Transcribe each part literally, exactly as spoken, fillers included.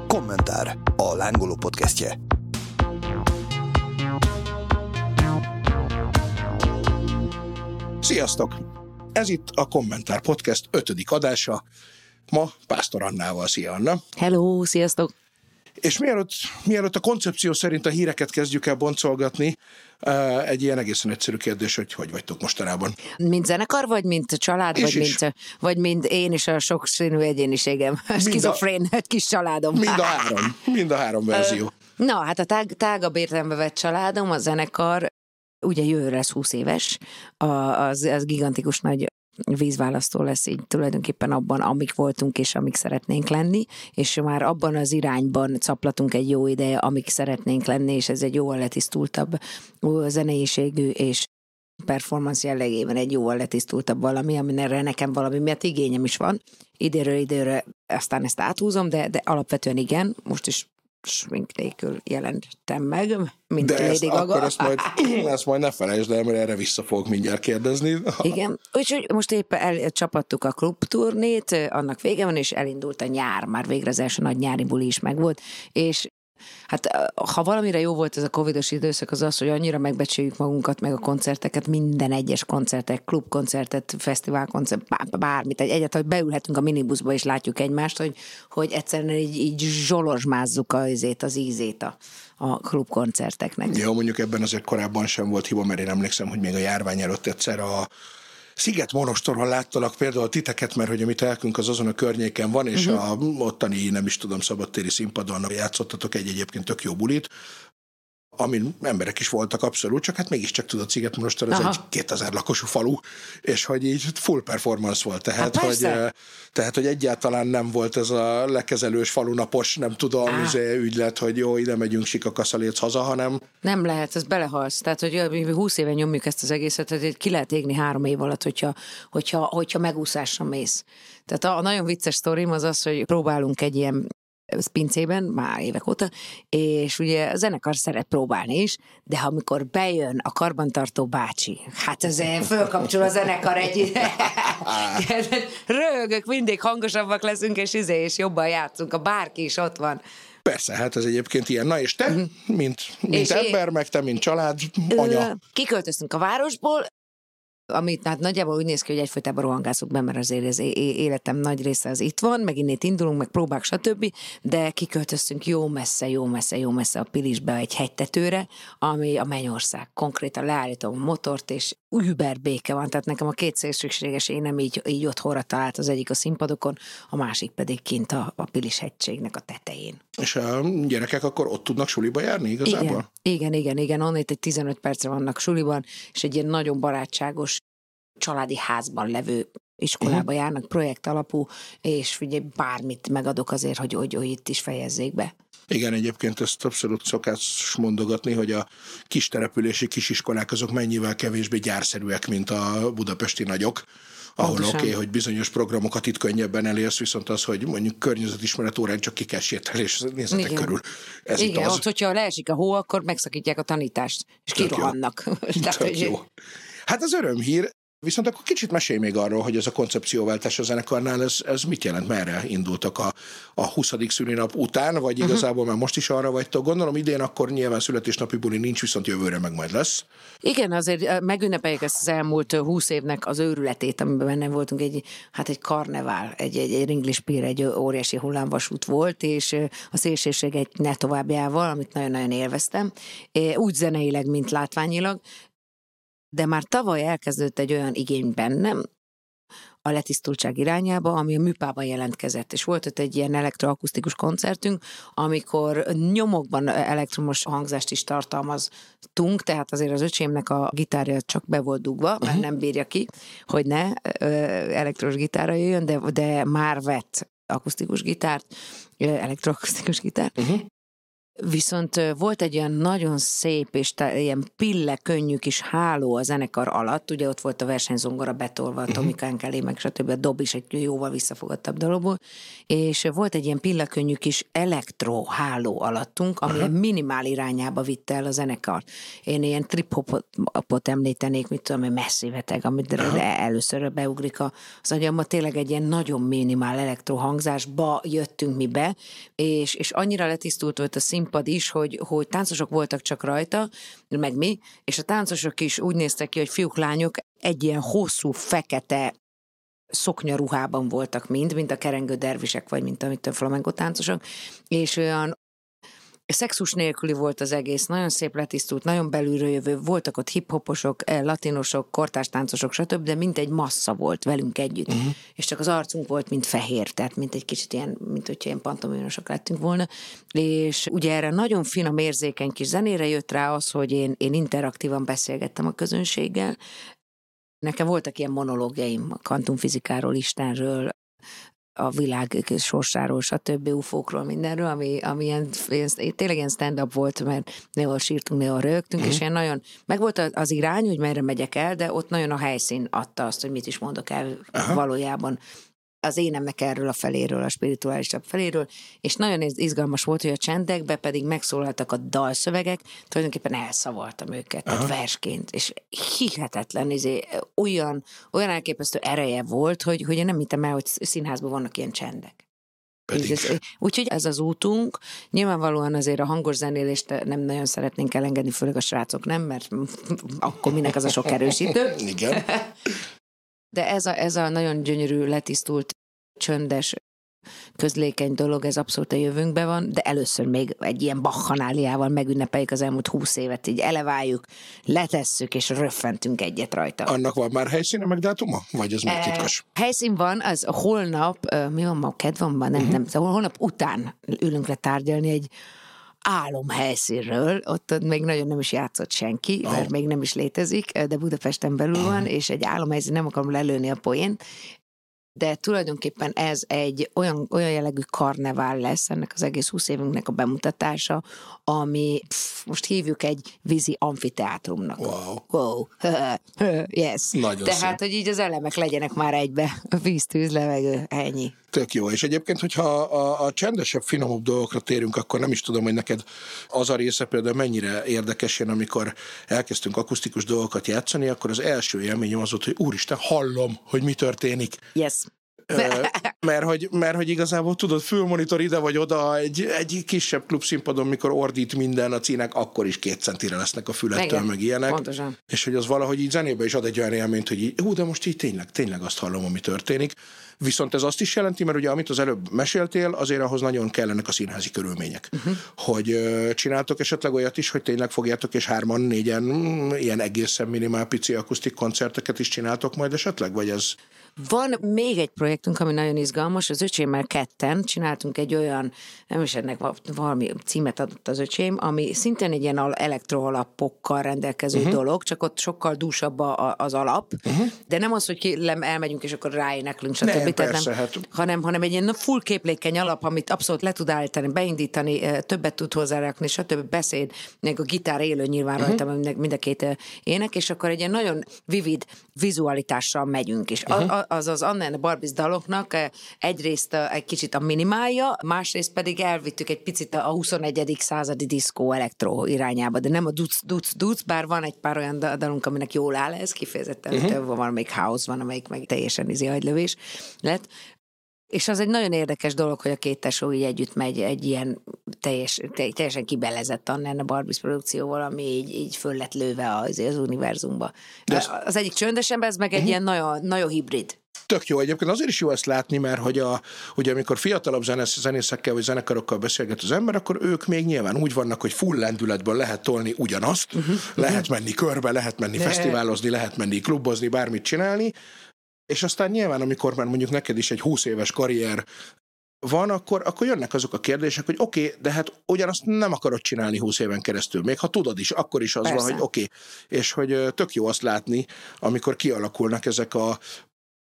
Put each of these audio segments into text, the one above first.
Kommentár, a Lángoló podcastje. Sziasztok! Ez itt a Kommentár podcast ötödik adása. Ma Pásztor Annával. Szia, Anna! Hello, sziasztok! És mielőtt, mielőtt a koncepció szerint a híreket kezdjük el boncolgatni, egy ilyen egészen egyszerű kérdés, hogy hogy vagytok mostanában? Mint zenekar, vagy mint család, És vagy is. mint, vagy mint én és a sokszínű egyéniségem, a skizofrén a... kis családom. Mind a három, mind a három verzió. Na, hát a tág, tágabb értelembe vett családom, a zenekar, ugye jövőre lesz húsz éves, a, az, az gigantikus nagy vízválasztó lesz így tulajdonképpen abban, amik voltunk és amik szeretnénk lenni, és már abban az irányban caplatunk egy jó ideje, amik szeretnénk lenni, és ez egy jóval letisztultabb zeneiségű és performance jellegében egy jóval letisztultabb valami, aminek nekem valami miatt igényem is van. Idéről időre aztán ezt áthúzom, de, de alapvetően igen, most is smink nélkül jelentem meg, mint De Lady Gaga. akkor ezt majd, ezt majd ne felejtsd el, mert erre vissza fogok mindjárt kérdezni. Igen, úgyhogy most éppen elcsapattuk a klubturnét, annak vége van, és elindult a nyár, már végre az első nagy nyári buli is megvolt, és hát ha valamire jó volt ez a covidos időszak, az az, hogy annyira megbecsüljük magunkat, meg a koncerteket, minden egyes koncertek, klubkoncertet, fesztiválkoncert, bármit, egyáltalán, hogy beülhetünk a minibuszba és látjuk egymást, hogy, hogy egyszerűen így, így zsolozsmázzuk az, az ízét a, a klubkoncerteknek. Jó, mondjuk ebben azért korábban sem volt hiba, mert én emlékszem, hogy még a járvány előtt egyszer a Sziget Monostoron láttalak például titeket, mert hogy a mi telkünk az azon a környéken van, és uh-huh. a ottani, nem is tudom, szabadtéri színpadon játszottatok egy egyébként tök jó bulit, amin emberek is voltak abszolút, csak hát mégiscsak tudod, Sziget Monostor, ez Aha. egy kétezer lakosú falu, és hogy így full performance volt, tehát, hát hogy, tehát hogy egyáltalán nem volt ez a lekezelős falunapos, nem tudom, izé, ügylet, hogy jó, ide megyünk, sikakaszaléc haza, hanem... Nem lehet, ez belehalsz, tehát hogy húsz éve nyomjuk ezt az egészet, tehát ki lehet égni három év alatt, hogyha, hogyha, hogyha megúszásra mész. Tehát a nagyon vicces sztorim az az, hogy próbálunk egy ilyen pincében, már évek óta, és ugye a zenekar szeret próbálni is, de ha amikor bejön a karbantartó bácsi, hát ezért fölkapcsol a zenekar egy röhögök, mindig hangosabbak leszünk, és izé, és jobban játszunk, a bárki is ott van. Persze, hát ez egyébként ilyen. Na és te, uh-huh. mint, mint ember, én... meg te, mint család, anya. Kiköltöztünk a városból, amit hát nagyjából úgy néz ki, hogy egyfolytában rohangászok be, mert azért az életem nagy része az itt van, meg innét indulunk, meg próbák, stb., de kiköltöztünk jó messze, jó messze, jó messze a Pilisbe egy hegytetőre, ami a mennyország. Konkrétan leállítom a motort, és über béke van, tehát nekem a két szélsőséges énem így, így otthonra talált, az egyik a színpadokon, a másik pedig kint a, a Pilis hegységnek a tetején. És a gyerekek akkor ott tudnak suliba járni igazából? Igen, igen, igen, igen. onnét egy tizenöt percre vannak suliban, és egy ilyen nagyon barátságos családi házban levő iskolába uh-huh. járnak, projekt alapú, és ugye bármit megadok azért, hogy, hogy, hogy itt is fejezzék be. Igen, egyébként ezt abszolút szokás mondogatni, hogy a kis települési kisiskolák azok mennyivel kevésbé gyárszerűek, mint a budapesti nagyok, ahol oké, okay, hogy bizonyos programokat itt könnyebben elérsz, viszont az, hogy mondjuk környezetismeret órán csak ki kell sétálni, és nézzetek Igen. körül. Ez Igen, az. ott, hogyha leesik a hó, akkor megszakítják a tanítást, és Tök kirohannak. Tehát, Tök jó. Hát az örömhír. Viszont akkor kicsit mesélj még arról, hogy ez a koncepcióváltás a zenekarnál, ez, ez mit jelent, merre indultak a, a huszadik szülinap után, vagy uh-huh. igazából már most is arra vagytok? Gondolom idén akkor nyilván születésnapi buli nincs, viszont jövőre meg majd lesz. Igen, azért megünnepeljük ezt az elmúlt húsz évnek az őrületét, amiben benne voltunk, egy, hát egy karnevál, egy, egy, egy ringlispír, egy óriási hullámvasút volt, és a szélsőség egy ne továbbjával, amit nagyon-nagyon élveztem, úgy zeneileg, mint látványilag. De már tavaly elkezdődött egy olyan igény bennem a letisztultság irányába, ami a műpában jelentkezett, és volt ott egy ilyen elektroakusztikus koncertünk, amikor nyomokban elektromos hangzást is tartalmaztunk, tehát azért az öcsémnek a gitárja csak be volt dugva, mert uh-huh. nem bírja ki, hogy ne elektromos gitárra jöjjön, de, de már vett akusztikus gitárt, elektroakusztikus gitárt, uh-huh. Viszont volt egy olyan nagyon szép és te, ilyen pille könnyű kis háló a zenekar alatt, ugye ott volt a versenyzongora betolva, a Tomikánk elé, meg stb. A dob is egy jóval visszafogottabb dologból, és volt egy ilyen pille könnyű kis elektro háló alattunk, ami uh-huh. minimál irányába vitte el a zenekart. Én ilyen trip-hopot említenék, mit tudom, egy messziveteg, amit uh-huh. először beugrik az agyamba, tényleg egy ilyen nagyon minimál elektro hangzásba jöttünk mi be, és, és annyira letisztult volt a színpad is, hogy, hogy táncosok voltak csak rajta, meg mi, és a táncosok is úgy néztek ki, hogy fiúk, lányok egy ilyen hosszú, fekete szoknyaruhában voltak mind, mint a kerengő dervisek, vagy mint amit a flamenco táncosok, és olyan szexus nélküli volt az egész, nagyon szép letisztult, nagyon belülről jövő, voltak ott hip-hoposok, latinosok, kortárs táncosok, stb., de mint egy massza volt velünk együtt. Uh-huh. És csak az arcunk volt, mint fehér, tehát mint egy kicsit ilyen, mint hogyha ilyen pantominosok lettünk volna. És ugye erre nagyon finom, érzékeny kis zenére jött rá az, hogy én, én interaktívan beszélgettem a közönséggel. Nekem voltak ilyen monológiaim a kvantumfizikáról, Istenről, a világ sorsáról, stb. Ufókról, mindenről, ami, ami ilyen, tényleg ilyen stand-up volt, mert néhol sírtunk, néhol rögtünk, uh-huh. és ilyen nagyon, meg volt az irány, hogy merre megyek el, de ott nagyon a helyszín adta azt, hogy mit is mondok el uh-huh. valójában az énemnek erről a feléről, a spirituálisabb feléről, és nagyon izgalmas volt, hogy a csendekbe pedig megszólaltak a dalszövegek, tulajdonképpen elszavaltam őket, uh-huh. tehát versként, és hihetetlen, izé, olyan, olyan elképesztő ereje volt, hogy, hogy én nem hittem el, hogy színházban vannak ilyen csendek. Úgyhogy ez az útunk, nyilvánvalóan azért a hangos zenélést nem nagyon szeretnénk elengedni, főleg a srácok nem, mert akkor minek az a sok erősítő. Igen. De ez a, ez a nagyon gyönyörű, letisztult, csöndes, közlékeny dolog, ez abszolút a jövőnkben van, de először még egy ilyen bakkanáliával megünnepeljük az elmúlt húsz évet, így eleváljuk, letesszük, és röffentünk egyet rajta. Annak van már helyszíne, meg dátuma? Vagy ez még titkos? E, helyszín van, az holnap, mi van ma, kedv van ma? Nem, uh-huh. nem, szóval holnap után ülünk le tárgyalni egy álomhelyszínről, ott még nagyon nem is játszott senki, oh. mert még nem is létezik, de Budapesten belül van, és egy álomhelyszín, nem akarom lelőni a poént, de tulajdonképpen ez egy olyan, olyan jellegű karnevál lesz, ennek az egész húsz évünknek a bemutatása, ami pff, most hívjuk egy vízi amfiteátrumnak. Wow. Wow. Yes. Nagyon Tehát, szép. hogy így az elemek legyenek már egybe. A víz, tűz, levegő, ennyi. Tök jó, és egyébként, hogyha a, a csendesebb, finomabb dolgokra térünk, akkor nem is tudom, hogy neked az a része például mennyire érdekes, én amikor elkezdtünk akusztikus dolgokat játszani, akkor az első élményem az volt, hogy úristen, hallom, hogy mi történik. Yes. mert, hogy, mert hogy igazából tudod, fülmonitor ide vagy oda, egy, egy kisebb klubszínpadon, mikor ordít minden a cínek, akkor is két centire lesznek a fülettől, igen, meg ilyenek. Pontosan. És hogy az valahogy így zenébe is ad egy olyan élményt, hogy így, hú, de most így tényleg, tényleg azt hallom, ami történik. Viszont ez azt is jelenti, mert ugye amit az előbb meséltél, azért ahhoz nagyon kellenek a színházi körülmények. Uh-huh. Hogy ö, csináltok esetleg olyat is, hogy tényleg fogjátok, és hárman, négyen mm, ilyen egészen minimál pici akusztik koncerteket is csináltok majd esetleg, vagy ez... Van még egy projektünk, ami nagyon izgalmas, az öcsémmel ketten csináltunk egy olyan, nem is ennek valami címet adott az öcsém, ami szintén egy ilyen elektroalapokkal rendelkező uh-huh. dolog, csak ott sokkal dúsabb a, az alap, uh-huh. de nem az, hogy ki, elmegyünk, és akkor ráéneklünk, stb. Nem, persze, nem, hát. hanem, hanem egy ilyen full képlékeny alap, amit abszolút le tud állítani, beindítani, többet tud hozzárakni, stb. Beszéd, meg a gitár élő nyilván uh-huh. rajta, mind a két ének, és akkor egy ilyen nagyon vivid vizualitással megyünk, és uh-huh. a, az az Anna and the Barbies daloknak egyrészt egy kicsit a minimálja, másrészt pedig elvittük egy picit a huszonegyedik századi diszkó elektro irányába, de nem a duc, duc, duc, bár van egy pár olyan dalunk, aminek jól áll ez, kifejezetten, uh-huh. van, amelyik house van, amelyik meg teljesen izi agylövés lett. És az egy nagyon érdekes dolog, hogy a két tesó így együtt megy egy ilyen teljes, teljesen kibelezett Anna and the Barbies produkcióval, ami így, így föl lett lőve az, az univerzumba. Ez... Az egyik csöndesebb, ez meg egy uh-huh. ilyen nagyon, nagyon hibrid. Tök jó, egyébként azért is jó ezt látni, mert hogy a, ugye amikor fiatalabb zenész, zenészekkel vagy zenekarokkal beszélget az ember, akkor ők még nyilván úgy vannak, hogy full lendületből lehet tolni ugyanazt, uh-huh. lehet menni körbe, lehet menni De... fesztiválozni, lehet menni klubozni, bármit csinálni, és aztán nyilván, amikor már mondjuk neked is egy húsz éves karrier van, akkor, akkor jönnek azok a kérdések, hogy oké, okay, de hát ugyanazt nem akarod csinálni húsz éven keresztül, még ha tudod is, akkor is az Persze. van, hogy oké, okay. És hogy tök jó azt látni, amikor kialakulnak ezek a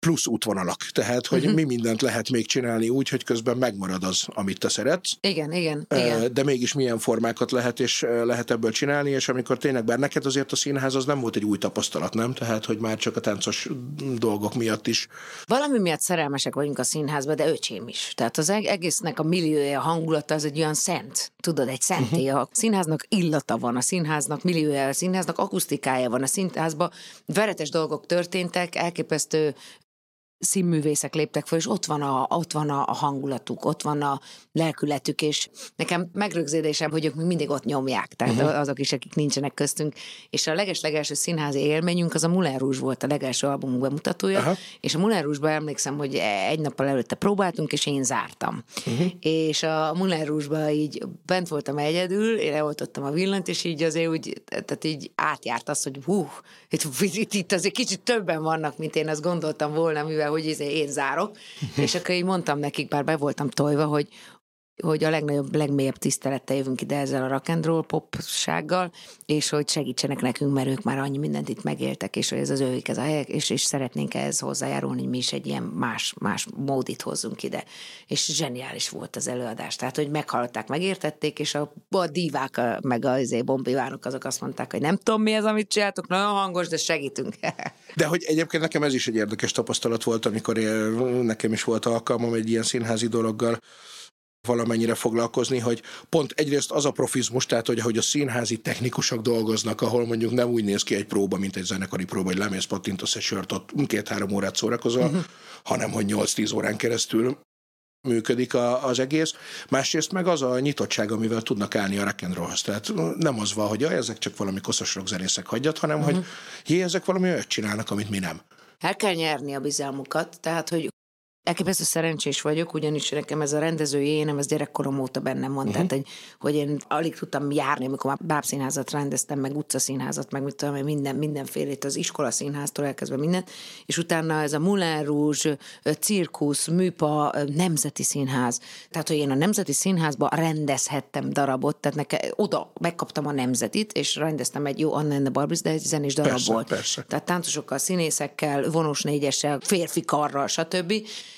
plusz útvonalak. Tehát, hogy uh-huh. mi mindent lehet még csinálni úgy, hogy közben megmarad az, amit te szeretsz. Igen, igen, igen. De mégis milyen formákat lehet és lehet ebből csinálni, és amikor tényleg, bár neked azért a színház az nem volt egy új tapasztalat, nem? Tehát, hogy már csak a táncos dolgok miatt is. Valami miatt szerelmesek vagyunk a színházba, de öcsém is. Tehát az egésznek a milliója, a hangulata az egy olyan szent. Tudod, egy szentély. Uh-huh. A színháznak illata van, a színháznak milliója, a színháznak akusztikája van, a színházban veretes dolgok történtek, elképesztő színművészek léptek fel, és ott van, a, ott van a, a hangulatuk, ott van a lelkületük, és nekem megrögződésem, hogy ők még mindig ott nyomják, tehát uh-huh. azok is, akik nincsenek köztünk, és a leges-legelső színházi élményünk az a Moulin Rouge volt, a legelső albumunk bemutatója, uh-huh. és a Moulin Rouge-ba emlékszem, hogy egy nappal előtte próbáltunk, és én zártam. Uh-huh. És a Moulin Rouge-ba így bent voltam egyedül, én leoltottam a villanyt, és így azért úgy, tehát így átjárt az, hogy hú, itt, itt, itt azért kicsit többen vannak, mint én azt gondoltam volna, mivel hogy én zárok, és akkor így mondtam nekik, bár be voltam tojva, hogy, hogy a legnagyobb, legmélyebb tisztelettel jövünk ide ezzel a rock and roll popsággal, és hogy segítsenek nekünk, mert ők már annyi mindent itt megéltek, és hogy ez az őik ez a hely, és, és szeretnénk ehhez hozzájárulni, hogy mi is egy ilyen más, más módit hozzunk ide. És zseniális volt az előadás. Tehát, hogy meghallották, megértették, és a, a divák, a, meg a bombivánok, azok azt mondták, hogy nem tudom mi ez, amit csináltok, nagyon hangos, de segítünk. De hogy egyébként nekem ez is egy érdekes tapasztalat volt, amikor én, nekem is volt alkalmam egy ilyen színházi dologgal valamennyire foglalkozni, hogy pont egyrészt az a profizmus, tehát hogy ahogy a színházi technikusok dolgoznak, ahol mondjuk nem úgy néz ki egy próba, mint egy zenekari próba, hogy lemész, pattintasz egy sört, ott két-három órát szórakozol, uh-huh. hanem hogy nyolc-tíz órán keresztül működik a, az egész. Másrészt meg az a nyitottság, amivel tudnak állni a rock and rollhoz. Tehát nem az van, hogy jaj, ezek csak valami koszos rockzenészek hagyjat, hanem uh-huh. hogy jé, ezek valami olyat csinálnak, amit mi nem. El kell nyerni a bizalmukat, tehát hogy elképesztő szerencsés vagyok, ugyanis nekem ez a rendezői énem, ez gyerekkorom óta bennem van, uh-huh. tehát hogy, hogy én alig tudtam járni, amikor már bábszínházat rendeztem, meg utcaszínházat, meg mit tudom, minden, mindenfélét, az iskolaszínháztól elkezdve mindent, és utána ez a Moulin Rouge, cirkusz, műpa, nemzeti színház, tehát hogy én a nemzeti színházba rendezhettem darabot, tehát nekem oda megkaptam a nemzetit, és rendeztem egy jó Anna and the Barbies, de egy zenés darab persze, volt. Persze. Tehát táncosokkal, színészekkel, vonós négyessel, férfi karral, stb.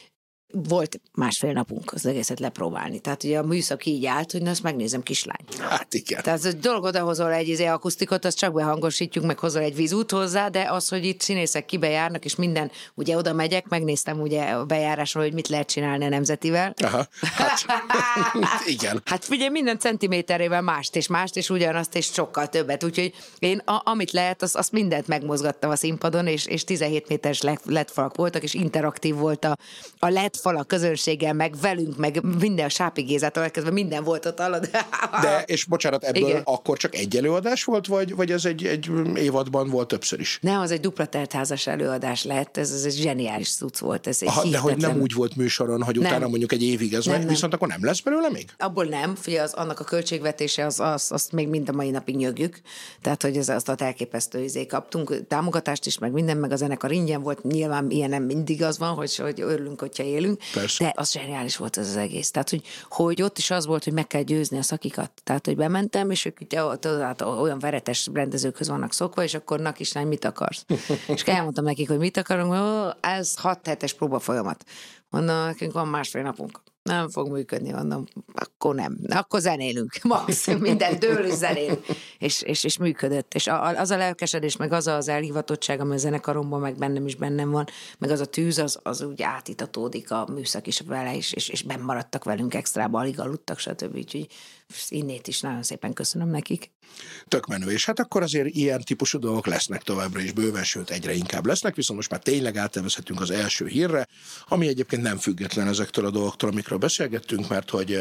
Volt másfél napunk az egészet lepróbálni. Tehát ugye a műszak így állt, hogy na, azt megnézem, kislány. Hát igen. Tehát az dolog, odahozol egy izé akusztikot, azt csak behangosítjuk, meg hozol egy vízút hozzá, de az, hogy itt színészek kibejárnak, és minden, ugye oda megyek, megnéztem ugye a bejárásról, hogy mit lehet csinálni a nemzetivel. Aha, hát igen. Hát figyelj, minden centiméterével mást és mást, és ugyanazt, és sokkal többet. Úgyhogy én, a, amit lehet, azt, azt mindent megmozgattam a színpadon, és, és tizenhét méteres ledfalak voltak, és interaktív volt a, a led fal a közönséggel, meg velünk, meg minden a Sápi Gézától elkezdve minden volt ott alatt. De, és bocsánat, ebből igen. akkor csak egy előadás volt, vagy, vagy ez egy, egy évadban volt többször is? Nem, az egy dupla teltházas előadás lett, ez, ez egy zseniális cucc volt. Ez Aha, de hogy nem úgy volt műsoron, hogy utána nem. mondjuk egy évig ez meg, viszont akkor nem lesz belőle még? Abból nem, figyelj, az, annak a költségvetése, az, az, azt még mind a mai napig nyögjük, tehát hogy ez, azt a elképesztő izé kaptunk, támogatást is, meg minden, meg a zenekar ingyen volt, nyilván ilyen nem mindig az van, hogy, hogy örülünk, hogyha élünk. Persze. De az zseniális volt ez az egész. Tehát, hogy, hogy ott is az volt, hogy meg kell győzni a szakikat. Tehát, hogy bementem, és ők tudod, olyan veretes rendezőkhöz vannak szokva, és akkor na kislány, mit akarsz? És elmondtam nekik, hogy mit akarunk, ó, ez hat hetes próba folyamat. Mondom, nekünk van másfél napunk. Nem fog működni, mondom, akkor nem. Akkor zenélünk, max, minden dől, zenélünk. És, és, és működött. És az a lelkesedés, meg az az elhivatottság, ami a zenekaromban, meg bennem is bennem van, meg az a tűz, az, az úgy átitatódik a műszak is vele, és, és, és benn maradtak velünk extrába, alig aludtak, stb. Úgyhogy innét is nagyon szépen köszönöm nekik. Tök menő, és hát akkor azért ilyen típusú dolgok lesznek továbbra is bőven, sőt egyre inkább lesznek, viszont most már tényleg átnevezhetünk az első hírre, ami egyébként nem független ezektől a dolgoktól, amikről beszélgettünk, mert hogy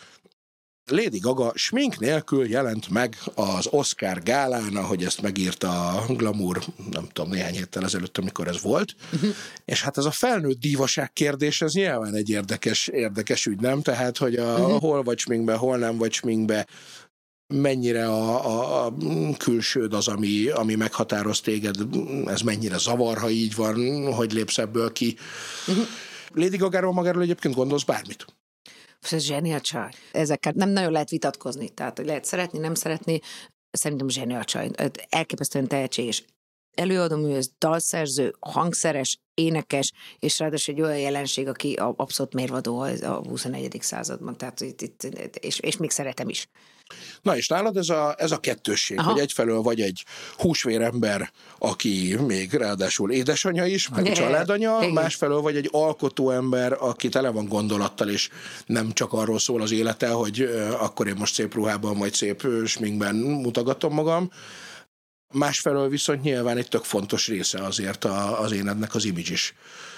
Lady Gaga smink nélkül jelent meg az Oscar gálán, ahogy ezt megírta a Glamour, nem tudom, néhány héttel ezelőtt, amikor ez volt. Uh-huh. És hát ez a felnőtt dívaság kérdés, ez nyilván egy érdekes, érdekes ügy, nem? Tehát, hogy a, uh-huh. hol vagy sminkbe, hol nem vagy sminkbe, mennyire a, a, a külsőd az, ami, ami meghatároz téged, ez mennyire zavar, ha így van, hogy lépsz ebből ki. Uh-huh. Lady Gagáról magáról egyébként gondolsz bármit? Ez zseniál csaj. Ezeket nem nagyon lehet vitatkozni. Tehát, hogy lehet szeretni, nem szeretni. Szerintem zseniál csaj. Elképesztően tehetséges. előadó művész, dalszerző, hangszeres, énekes, és ráadásul egy olyan jelenség, aki abszolút mérvadó a huszonegyedik században, tehát itt, itt, és, és még szeretem is. Na és nálad ez a, ez a kettősség, Aha. hogy egyfelől vagy egy húsvérember, aki még ráadásul édesanyja is, meg yeah. családanya, igen. Másfelől vagy egy alkotó ember, aki tele van gondolattal, és nem csak arról szól az élete, hogy uh, akkor én most szép ruhában, vagy szép sminkben mutogatom magam. Másfelől viszont nyilván egy tök fontos része azért a, az énednek az image is.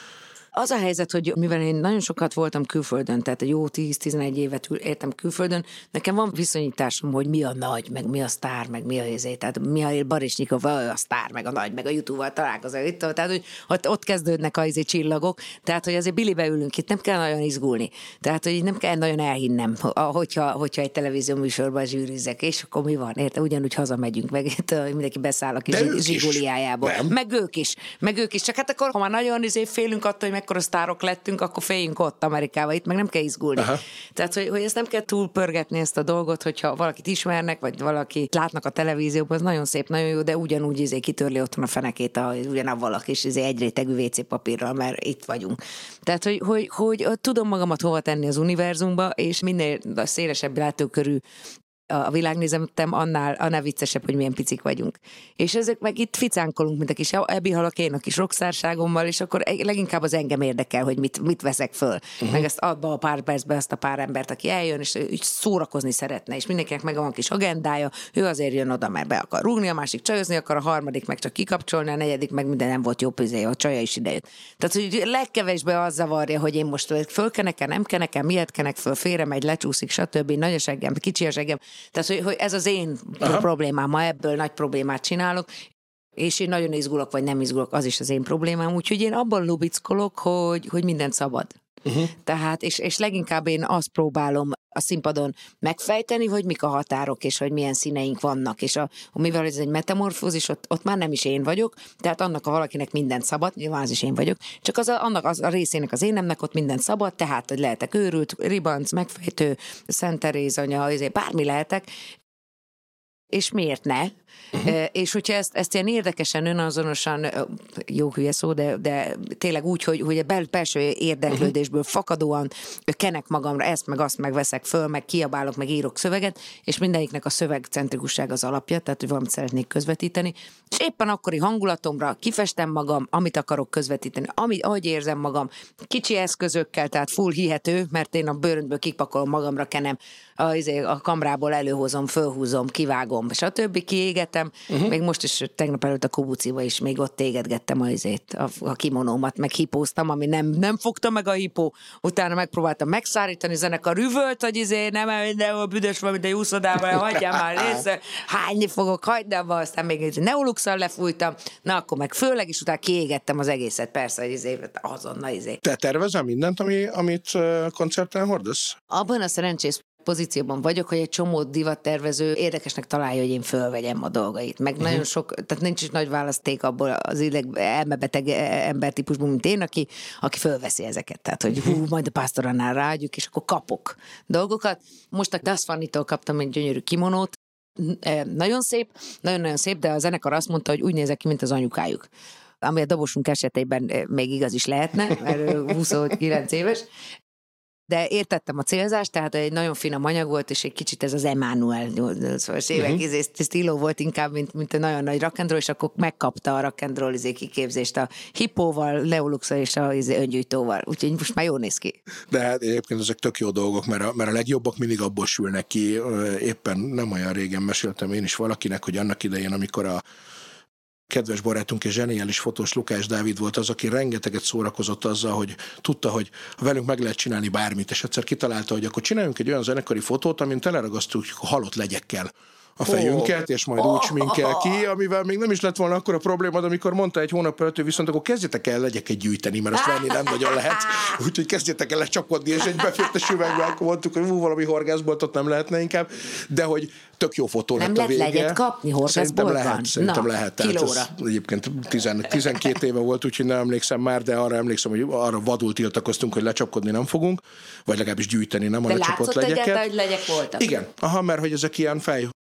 Az a helyzet, hogy mivel én nagyon sokat voltam külföldön, tehát egy jó tíz-tizenegy évet értem külföldön, nekem van viszonyításom, hogy mi a nagy, meg mi a sztár, meg mi a izé, tehát Mihail Barisnyikov a sztár, meg a nagy, meg a YouTube-val találkozom itt, tehát hogy ott, ott kezdődnek az izé csillagok, tehát hogy azért bilibe ülünk, itt nem kell nagyon izgulni, tehát hogy nem kell nagyon elhinnem, hogyha, hogyha egy televízió műsorban zsűrizzek, és akkor mi van, érte, ugyanúgy hazamegyünk, meg itt mindenki beszáll a kis zsiguliájából. Meg ők is, meg ők is, csak hát akkor, ha már nagyon izé félünk attól, hogy mekkora sztárok lettünk, akkor féljünk ott Amerikába, itt meg nem kell izgulni. Aha. Tehát, hogy, hogy ezt nem kell túlpörgetni ezt a dolgot, hogyha valakit ismernek, vagy valakit látnak a televízióban, az nagyon szép, nagyon jó, de ugyanúgy izé kitörli otthon a fenekét, a, ugyanavval a kis izé egyrétegű vé cé papírral, mert itt vagyunk. Tehát, hogy, hogy, hogy, hogy tudom magamat hova tenni az univerzumba, és minél szélesebb látókörű a világnézetem, annál, annál viccesebb, hogy milyen picik vagyunk. És ezek meg itt ficánkolunk, mint a kis Ebi halak, én a kis rokszárságommal, és akkor leginkább az engem érdekel, hogy mit, mit veszek föl. Uh-huh. Meg ezt adba a pár percben azt a pár embert, aki eljön, és úgy szórakozni szeretne, és mindenkinek meg van kis agendája, ő azért jön oda, mert be akar rúgni, a másik csajozni akar, a harmadik meg csak kikapcsolni, a negyedik meg minden nem volt jó pizé, a csaja is idejött. Tehát, hogy legkevésbé az zavarja, hogy én most fölkenek-e, nem kenek-e, miért kenek föl, félre megy, lecsúszik, stb. Nagy a seggem, kicsi a seggem. Tehát, hogy, hogy ez az én Aha. problémám, ma ebből nagy problémát csinálok, és én nagyon izgulok, vagy nem izgulok, az is az én problémám, úgyhogy én abban lubickolok, hogy, hogy mindent szabad. Uh-huh. Tehát, és, és leginkább én azt próbálom a színpadon megfejteni, hogy mik a határok, és hogy milyen színeink vannak, és a, mivel ez egy metamorfózis, ott, ott már nem is én vagyok, tehát annak, ha valakinek mindent szabad, nyilván az is én vagyok, csak az a, annak az a részének az énemnek ott mindent szabad, tehát, hogy lehetek őrült, ribanc, megfejtő, Szent Teréz anya, bármi lehetek, és miért ne? Uh-huh. És hogyha ezt, ezt ilyen érdekesen, önazonosan, jó hülye szó, de, de tényleg úgy, hogy, hogy a bel, belső érdeklődésből uh-huh. fakadóan kenek magamra, ezt meg azt megveszek föl, meg kiabálok, meg írok szöveget, és mindegyiknek a szövegcentrikusság az alapja, tehát hogy valamit szeretnék közvetíteni, és éppen akkori hangulatomra kifestem magam, amit akarok közvetíteni, amit, ahogy érzem magam, kicsi eszközökkel, tehát full hihető, mert én a bőröntből kipakolom magamra, kenem, a, a kamrából előhozom, fölhúzom, kivágom, stb. Kiégetem, uh-huh. még most is tegnap előtt a Kubuciba is még ott égetgettem a, a, a kimonómat, meg hipóztam, ami nem, nem fogta meg a hipó, utána megpróbáltam megszárítani, zenekar üvölt, hogy izé, nem mindenhol büdös van, mint egy úszodában, hagyjál már részre, hányni fogok, hagyd abba, aztán még neoluxal lefújtam, na akkor meg főleg is utána kiégettem az egészet, persze, hogy izé, azonnal izé. Te tervezel mindent, ami, amit koncerten hordasz? Abban a szerencsés pozícióban vagyok, hogy egy csomó divattervező érdekesnek találja, hogy én fölvegyem a dolgait. Meg uh-huh. nagyon sok, tehát nincs is nagy választék abból az ideg elmebeteg embertípusból, mint én, aki, aki fölveszi ezeket. Tehát, hogy hú, majd a pásztoránál ráadjuk, és akkor kapok dolgokat. Most a Das Fanny-tól kaptam egy gyönyörű kimonót, nagyon szép, nagyon-nagyon szép, de a zenekar azt mondta, hogy úgy nézek ki, mint az anyukájuk. Ami a dobosunk esetében még igaz is lehetne, mert huszonkilenc éves. De értettem a célzást, tehát egy nagyon finom anyag volt, és egy kicsit ez az Emmanuel nyolcvanas évek uh-huh. stíló volt inkább, mint, mint a nagyon nagy rock and roll, és akkor megkapta a rock and roll kiképzést a hipóval, Neoluxal és a öngyújtóval. Úgyhogy most már jól néz ki. De hát egyébként ezek tök jó dolgok, mert a, mert a legjobbak mindig abból sülnek ki. Éppen nem olyan régen meséltem én is valakinek, hogy annak idején, amikor a kedves barátunk és zseniális fotós Lukács Dávid volt az, aki rengeteget szórakozott azzal, hogy tudta, hogy velünk meg lehet csinálni bármit, és egyszer kitalálta, hogy akkor csináljunk egy olyan zenekari fotót, amin teleragasztjuk halott legyekkel a fejünket, oh. és majd úgy sminkel ki, amivel még nem is lett volna akkor a probléma, de amikor mondta egy hónap előtt, viszont akkor kezdjetek el legyeket gyűjteni, mert azt venni nem nagyon lehet, úgyhogy kezdjetek el lecsapodni, és egy befértes üvegbe, akkor mondtuk, hogy hú, valami horgászboltot nem lehetne inkább, de hogy tök jó fotó lett a vége. Nem lehet kapni horgászboltban? Szerintem lehet, szerintem Na, lehet. Tehát ez egyébként tizenkét éve volt, úgyhogy nem emlékszem már, de arra emlékszem, hogy arra vadul tiltakoztunk, hogy lecsapkodni nem fogunk, vagy legalábbis gyűjteni nem a lecsapott legyeket. De látszott egyáltalán, hogy legyek voltak? Igen, aha, mert hogy ezek ilyen fej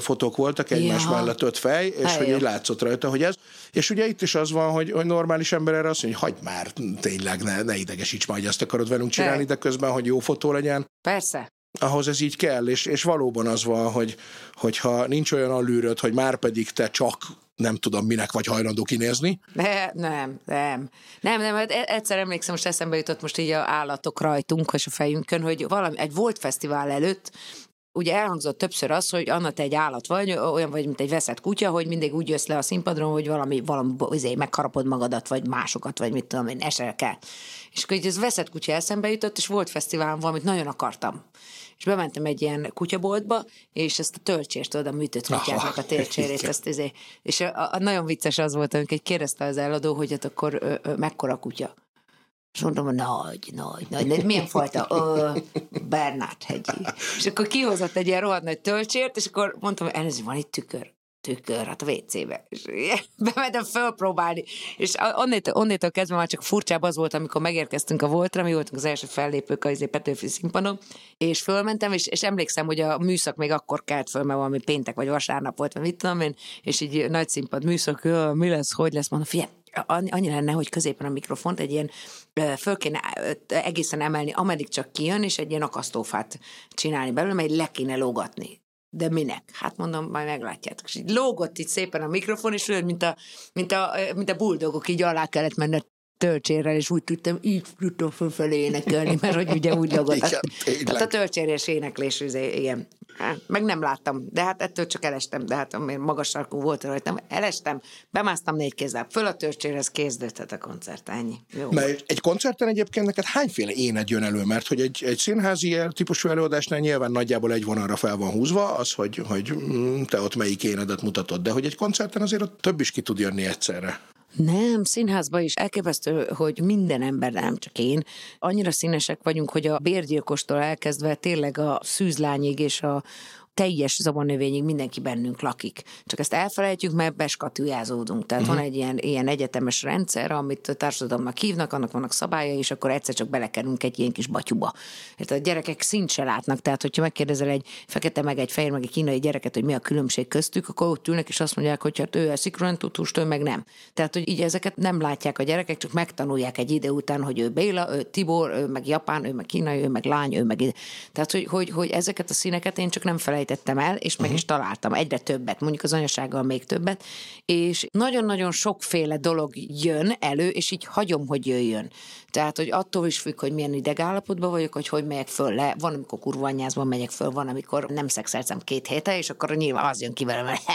fotók voltak, egymás ja. mellett öt fej, és hát hogy így látszott rajta, hogy ez. És ugye itt is az van, hogy, hogy normális ember erre azt mondja, hogy hagyd már, tényleg ne, ne idegesíts majd, ezt akarod velünk csinálni, de közben, hogy jó fotó legyen. Persze. Ahhoz ez így kell, és, és valóban az van, hogy, hogyha nincs olyan allűröd, hogy már pedig te csak nem tudom, minek vagy hajlandó kinézni. Ne, nem, nem. Nem, nem, hát egyszer emlékszem, most eszembe jutott most így a állatok rajtunk, és a fejünkön, hogy valami, egy volt fesztivál előtt, ugye elhangzott többször az, hogy Anna, te egy állat vagy, olyan vagy, mint egy veszett kutya, hogy mindig úgy jössz le a színpadron, hogy valami, valami azért megharapod magadat, vagy másokat, vagy mit tudom én, esel kell. És akkor így ez veszett kutya eszembe jutott, és volt fesztiválon valamit nagyon akartam. És bementem egy ilyen kutyaboltba, és ezt a töltsést, tudod, a műtött kutyáknak a tércsérét, ezt ezért. És a, a, nagyon vicces az volt, amikor kérdezte az eladó, hogy hát akkor ö, ö, mekkora kutya. És mondom, hogy nagy, nagy, nagy, nagy. Milyen fajta? Ö, Bernát hegyi. És akkor kihozott egy ilyen rohadt nagy töltsért, és akkor mondtam, hogy ez van itt tükör. tükör, hát a vé cébe. És bementem fölpróbálni. És onnétől, onnétől kezdve már csak furcsább az volt, amikor megérkeztünk a Voltra, mi voltunk az első fellépők az Petőfi színpadon, és fölmentem, és, és emlékszem, hogy a műszak még akkor kelt föl, mert valami péntek vagy vasárnap volt, vagy mit tudom én, és így nagy színpad műszak, mi lesz, hogy lesz, mondom, figyelj, annyi lenne, hogy középen a mikrofont egy ilyen föl kéne egészen emelni, ameddig csak kijön, és egy ilyen akasztófát csinálni belőle, mert le kéne lógatni. De minek? Hát mondom, majd meglátjátok. És így lógott itt szépen a mikrofon, és olyan, mint a, mint a, mint a buldogok, így alá kellett menni a töltsérrel, és úgy tudtam, így tudtam fölfelé énekelni, mert hogy ugye úgy lógott. Tehát a töltsérés éneklés, igen. Meg nem láttam, de hát ettől csak elestem, de hát amért magas sarkú volt rajtam, elestem, bemásztam négy kézzel, föl a töltsérhez kézdődhet a koncert, ennyi. Jó. Mert egy koncerten egyébként neked hányféle éned jön elő, mert hogy egy, egy színházi típusú előadásnál nyilván nagyjából egy vonalra fel van húzva, az, hogy, hogy te ott melyik énedet mutatod, de hogy egy koncerten azért ott több is ki tud jönni egyszerre. Nem, színházban is elképesztő, hogy minden ember, nem csak én, annyira színesek vagyunk, hogy a bérgyilkostól elkezdve tényleg a szűzlányig és a teljes zavarnövényig mindenki bennünk lakik. Csak ezt elfelejtjük, mert beskatujázódunk. Tehát uh-huh. van egy ilyen, ilyen egyetemes rendszer, amit a társadalomnak hívnak, annak vannak szabályai, és akkor egyszer csak belekerülünk egy ilyen kis batyuba. Tehát a gyerekek szint se látnak, tehát hogyha megkérdezel egy fekete meg egy fehér meg egy kínai gyereket, hogy mi a különbség köztük, akkor ott ülnek, és azt mondják, hogy hát ő a szinkronitútust, ő meg nem. Tehát, hogy így ezeket nem látják a gyerekek, csak megtanulják egy idő után, hogy ő Béla, ő Tibor, ő meg Japán, ő meg kínai, ő meg lány, ő meg ide. Tehát, hogy, hogy, hogy ezeket a színeket én csak nem felejtem tettem el, és meg uh-huh. is találtam egyre többet, mondjuk az anyasággal még többet, és nagyon-nagyon sokféle dolog jön elő, és így hagyom, hogy jöjjön. Tehát, hogy attól is függ, hogy milyen idegállapotban vagyok, hogy hogy megyek föl le. Van, amikor kurvanyászban megyek föl, van, amikor nem szexeltem két héte, és akkor nyilván az jön ki velem, hogy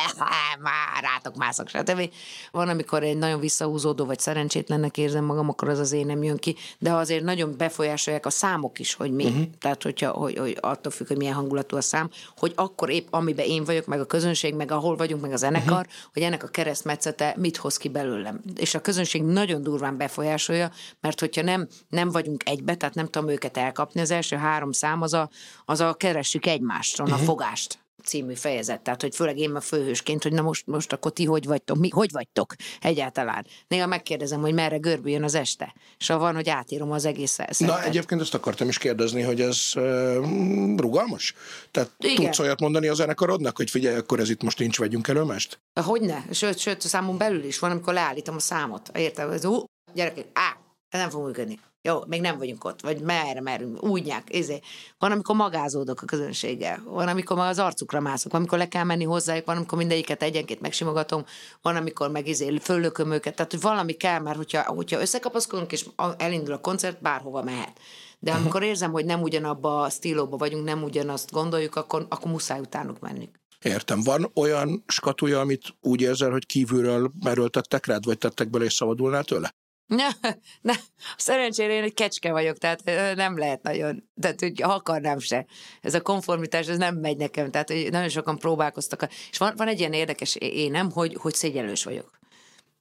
már rátok mászok, stb. Van, amikor egy nagyon visszahúzódó, vagy szerencsétlennek érzem magam, akkor az az én nem jön ki, de azért nagyon befolyásolják a számok is, hogy mi. Uh-huh. Tehát, hogyha, hogy, hogy attól függ, hogy milyen hangulatú a szám, hogy akkor épp amiben én vagyok, meg a közönség, meg ahol vagyunk, meg a zenekar, uh-huh. hogy ennek a keresztmetszete mit hoz ki belőlem. És a közönség nagyon durván befolyásolja, mert hogyha nem, nem vagyunk egybe, tehát nem tudom őket elkapni, az első három szám az a, az a keressük egymástól, uh-huh. a fogást című fejezet, tehát hogy főleg én a főhősként, hogy na most, most akkor ti hogy vagytok, mi hogy vagytok egyáltalán. Néha megkérdezem, hogy merre görbüljön az este, és ha van, hogy átírom az egész szettet. Na egyébként ezt akartam is kérdezni, hogy ez uh, rugalmas? Tehát igen. Tudsz olyat mondani a zenekarodnak, hogy figyelj, akkor ez itt most nincs, vegyünk előmest? Hogyne, sőt, sőt, a számon belül is van, amikor leállítom a számot. Érted? Ez, ú, gyerekek, á, ez nem fog működni. Jó, még nem vagyunk ott, vagy merre merünk, úgynyák, izé. Van, amikor magázódok a közönséggel, van, amikor már az arcukra mászok, van, amikor le kell menni hozzájuk, van, amikor mindegyiket egyenként megsimogatom, van, amikor meg izé, föllököm őket, tehát hogy valami kell, mert hogyha, hogyha összekapaszkodunk, és elindul a koncert, bárhova mehet. De amikor érzem, hogy nem ugyanabba a stílóba vagyunk, nem ugyanazt gondoljuk, akkor, akkor muszáj utánuk menni. Értem. Van olyan skatuja, amit úgy érzel, hogy kívülről merőltettek rád, vagy tettek bele, és szabadulnál tőle? Ne, ne, szerencsére én egy kecske vagyok, tehát nem lehet nagyon, tehát hogy ha akarnám se. Ez a konformitás, ez nem megy nekem, tehát hogy nagyon sokan próbálkoztak. És van, van egy ilyen érdekes énem, hogy, hogy szégyellős vagyok.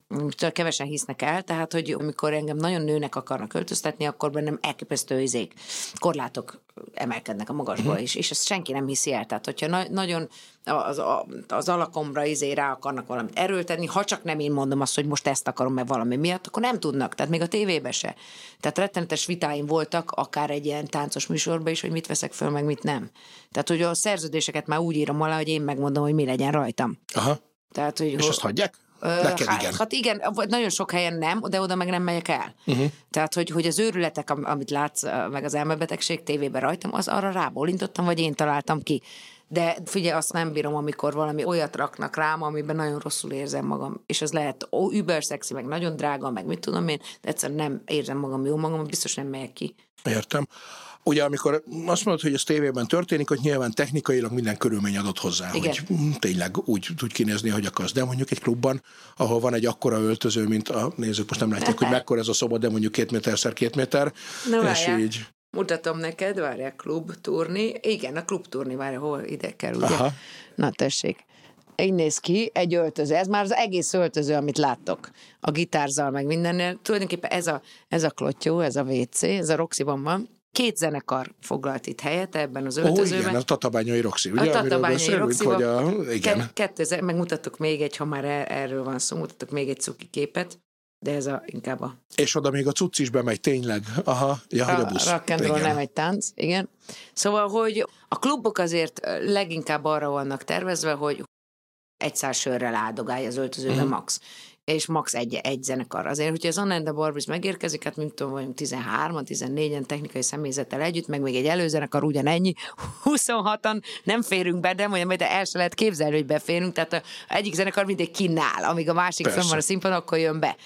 kevesen hisznek el, tehát, hogy amikor engem nagyon nőnek akarnak öltöztetni, akkor bennem elképesztő izék, korlátok emelkednek a magasba, uh-huh. és, és ezt senki nem hiszi el. Tehát, hogyha na- nagyon az, az alakomra izé rá akarnak valamit erőltetni, ha csak nem én mondom azt, hogy most ezt akarom, mert valami miatt, akkor nem tudnak. Tehát még a tévében se. Tehát rettenetes vitáim voltak, akár egy ilyen táncos műsorban is, hogy mit veszek föl, meg mit nem. Tehát, hogy a szerződéseket már úgy írom alá, hogy én megmondom, hogy mi legyen rajtam. Aha. Tehát, hogy és ho- azt hagyják? Neked hát, igen. Hát igen, nagyon sok helyen nem, de oda meg nem megyek el. Uh-huh. Tehát, hogy, hogy az őrületek, amit látsz, meg az elmebetegség tévében rajtam, az arra rábólintottam, vagy én találtam ki. De figyelj, azt nem bírom, amikor valami olyat raknak rám, amiben nagyon rosszul érzem magam. És az lehet ó, über szexi, meg nagyon drága, meg mit tudom én, de egyszerűen nem érzem magam jó magam, biztos nem megyek ki. Értem. Ugye, amikor azt mondod, hogy ez tévében történik, hogy nyilván technikailag minden körülmény adott hozzá, igen. hogy tényleg úgy tud kinézni, hogy akarsz. De mondjuk egy klubban, ahol van egy akkora öltöző, mint a nézők most nem látják, hogy mekkora ez a szoba, de mondjuk két méterszer két méter, no, és várjál. így... Mutatom neked, várjál, klubturni. Igen, a klubturni, várjál, hol ide kell, ugye? Aha. Na, tessék. Így néz ki, egy öltöző. Ez már az egész öltöző, amit láttok. A gitárzal, meg mindennél. Tulajdonképpen ez a, ez a klottyó, ez a vé cé, ez a Roxyban van. Két zenekar foglalt itt helyet ebben az öltözőben. Ó, igen, a Tatabányai Roxy, ugye? A Tatabányai Roxyban. A... Igen. Kettő, megmutattuk még egy, ha már erről van szó, mutattuk még egy cuki képet, de ez a, inkább a... És oda még a cucc is bemegy, tényleg. Aha, ja, hogy a busz. Rock and roll nem egy tánc, igen. Szóval, hogy a klubok azért leginkább arra vannak tervezve, hogy egy száz sörrel áldogálja az öltözőben uh-huh. max. És max egy, egy zenekar. Azért, hogyha az Anna and the Barbies megérkezik, hát mint tudom, vagyunk tizenhárman, tizennégyen technikai személyzettel együtt, meg még egy előzenekar ugyanennyi, huszonhatan nem férünk be, de mondjam, de el se lehet képzelni, hogy beférünk, tehát a egyik zenekar mindig kínál, amíg a másik fönn van a színpadon, akkor jön be.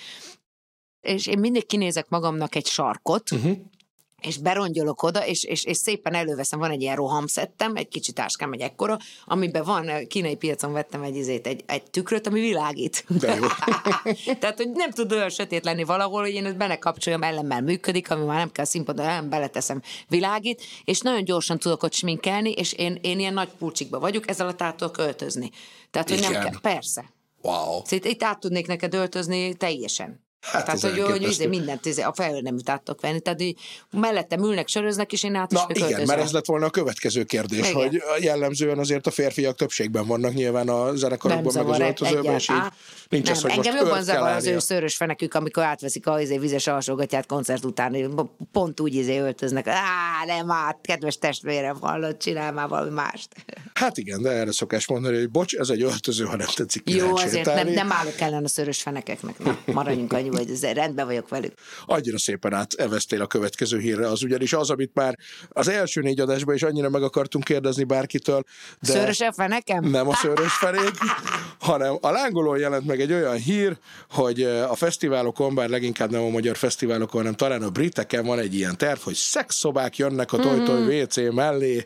És én mindig kinézek magamnak egy sarkot, uh-huh. és berongyolok oda, és, és, és szépen előveszem, van egy ilyen rohamszettem, egy kicsi táskám, egy ekkora, amiben van, kínai piacon vettem egy, izét, egy, egy tükröt, ami világít. De jó. Tehát, hogy nem tud olyan sötét lenni valahol, hogy én ezt benne kapcsoljam, ellenben működik, ami már nem kell színpadon, nem beleteszem, világít, és nagyon gyorsan tudok ott sminkelni, és én, én ilyen nagy pulcsikba vagyok, ezzel alatt át tudok öltözni. Tehát, hogy igen. nem kell, persze. Wow. Szóval itt át tudnék neked öltözni teljesen. Hát tehát, hogy, hogy izé, mindent izé, a felhőneműt át tudok venni. Tehát, hogy mellettem ülnek, söröznek, és én át is Na igen, öltözöm. mert ez lett volna a következő kérdés, igen. hogy jellemzően azért a férfiak többségben vannak nyilván a zenekarokban, meg az öltözőben, és így nincs nem, az, hogy engem most jobban zavar az ő állnia. szőrös fenekük, amikor átveszik a izé, vizes alsógatját koncert után, pont úgy izé öltöznek. Á, nem át, kedves testvérem, hallott, csinál már valami mást. Hát igen, de erre szokás mondani, hogy bocs, ez egy öltöző, ha nem tetszik. Jó, azért nem, nem állok ellen a szőrös fenekeknek. Na, maradjunk annyi, hogy ez rendben vagyok velük. Annyira szépen áteveztél a következő hírre, az ugyanis az, amit már az első négy adásban is annyira meg akartunk kérdezni bárkitől. De szőrös fenekem? Nem a szőrös fenék, hanem a Lángolón jelent meg egy olyan hír, hogy a fesztiválokon, bár leginkább nem a magyar fesztiválokon, hanem talán a briteken van egy ilyen terv, hogy szexszobák jönnek a Toy-Toy vé cé mellé,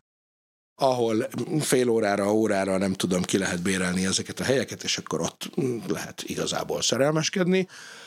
ahol fél órára, órára nem tudom, ki lehet bérelni ezeket a helyeket, és akkor ott lehet igazából szerelmeskedni.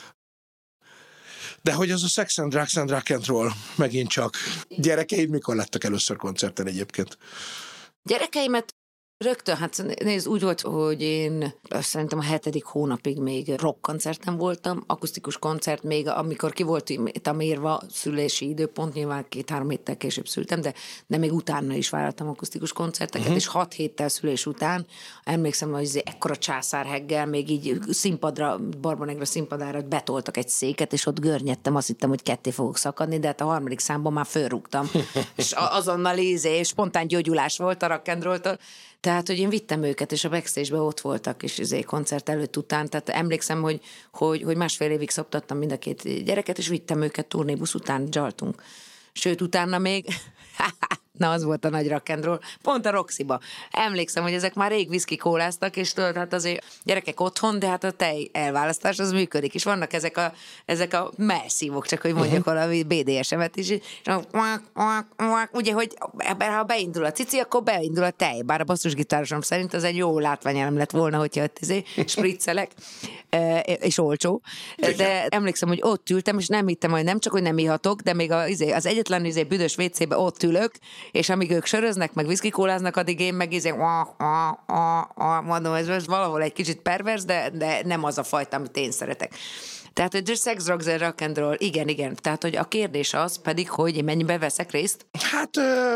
De hogy az a Sex and Drugs and Rock and Roll megint csak. Gyerekeid mikor lettek először koncerten egyébként? Gyerekeimet rögtön, hát nézd, úgy volt, hogy én szerintem a hetedik hónapig még rockkoncerten voltam, akusztikus koncert, még amikor ki voltam írva szülési időpont, nyilván két-három héttel később szültem, de, de még utána is vártam akusztikus koncerteket, uh-huh. és hat héttel szülés után, emlékszem, hogy ekkora császárheggel, még így színpadra, Barbanegra színpadára betoltak egy széket, és ott görnyedtem, azt hittem, hogy ketté fogok szakadni, de hát a harmadik számban már fölrúgtam, és azonnal ízé, spontán gyógyulás volt a rock and roll-tól. Tehát, hogy én vittem őket, és a backstage-ben ott voltak, és izé, koncert előtt után, tehát emlékszem, hogy, hogy, hogy másfél évig szoptattam mind a két gyereket, és vittem őket turnébusz után, dzsaltunk. Sőt, utána még, na az volt a nagy rock and roll, pont a Roxyba. Emlékszem, hogy ezek már rég viszki kóláztak, és tudod, hát azért gyerekek otthon, de hát a tej elválasztás az működik, és vannak ezek a, ezek a melszívok, csak hogy mondjak uh-huh. valami bé dé es em-et is, és ugye, hogy ebben, ha beindul a cici, akkor beindul a tej, bár a basszusgitárosom szerint az egy jó látványelem lett volna, hogyha ott izé, spriccelek, és olcsó, de emlékszem, hogy ott ültem, és nem hittem, hogy nem csak, hogy nem ihatok, de még az, az egyetlen izé, büdös vécébe ott ülök, és amíg ők söröznek, meg viszkikóláznak, addig én meg izé, ah, ah, ah, ah, mondom, ez, ez valahol egy kicsit pervers, de, de nem az a fajta, amit én szeretek. Tehát, hogy the sex, drugs and rock and roll, igen, igen. Tehát, hogy a kérdés az pedig, hogy én mennyiben veszek részt? Hát,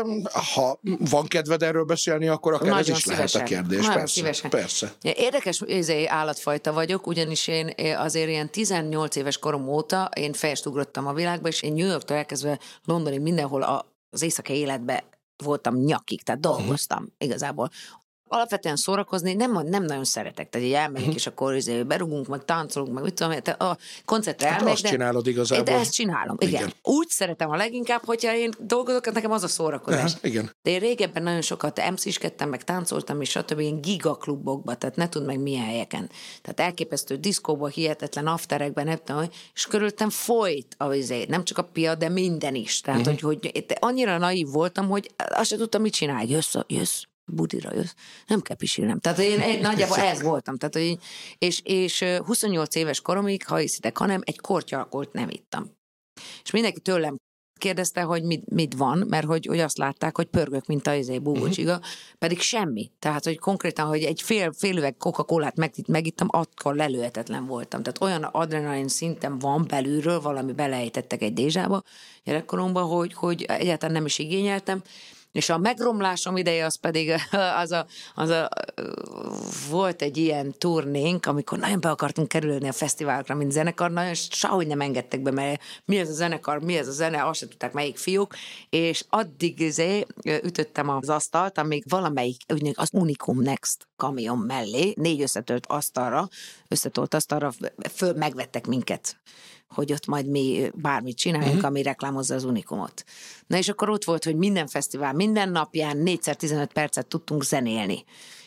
ha van kedved erről beszélni, akkor akár Nagyon ez is szívesen. Lehet a kérdés. Nagyon persze, szívesen. persze. Érdekes izé, állatfajta vagyok, ugyanis én azért ilyen tizennyolc éves korom óta én fejest ugrottam a világba, és én New Yorktól elkezdve Londonig mindenhol az éjszakai életbe voltam nyakig, tehát dolgoztam uh-huh. igazából. Alapvetően szórakozni nem, nem nagyon szeretek, tehát így elmegyek, uh-huh. és akkor izé, berugunk, meg táncolunk, meg mit tudom, a koncertre hát elmegyek. Azt de, csinálod igazából. De ezt csinálom, igen. igen. Úgy szeretem a leginkább, hogyha én dolgozok, nekem az a szórakozás. Uh-huh, igen. De én régebben nagyon sokat em cé-skedtem, meg táncoltam, és stb. Ilyen gigaklubokba, tehát ne tud meg milyen helyeken. Tehát elképesztő diszkóba, hihetetlen afterekben, nem tudom, és körülöttem folyt a vizé, nem csak a pia, de minden is. Tehát, uh-huh. hogy, hogy annyira naív voltam, hogy azt sem tudtam, mit csinálj. Jössz, jössz. Budira jössz, nem kell pisilnem. Tehát én, én nagyjából ez voltam. Tehát, hogy, és, és huszonnyolc éves koromig, ha hiszitek, hanem egy kortya alkoholt nem ittam. És mindenki tőlem kérdezte, hogy mit, mit van, mert hogy, hogy azt látták, hogy pörgök, mint a izé, búbócsiga, uh-huh. pedig semmi. Tehát, hogy konkrétan, hogy egy fél, fél üveg Coca-Colát meg, megittam, akkor lelőhetetlen voltam. Tehát olyan adrenalin szintem van belülről, valami belejtettek egy dézsába gyerekkoromban, hogy, hogy egyáltalán nem is igényeltem. És a megromlásom ideje az pedig az a, az a, volt egy ilyen turnénk, amikor nagyon be akartunk kerülni a fesztiválokra, mint zenekar, nagyon sehogy nem engedtek be, mert mi ez a zenekar, mi ez a zene, azt se tudták melyik fiúk, és addig izé, ütöttem az asztalt, amíg valamelyik, az Unicum Next kamion mellé, négy összetölt asztalra, összetolt asztalra, föl megvettek minket, hogy ott majd mi bármit csináljunk, uh-huh. ami reklámozza az Unicumot. Na és akkor ott volt, hogy minden fesztivál, minden napján négyszer tizenöt percet tudtunk zenélni.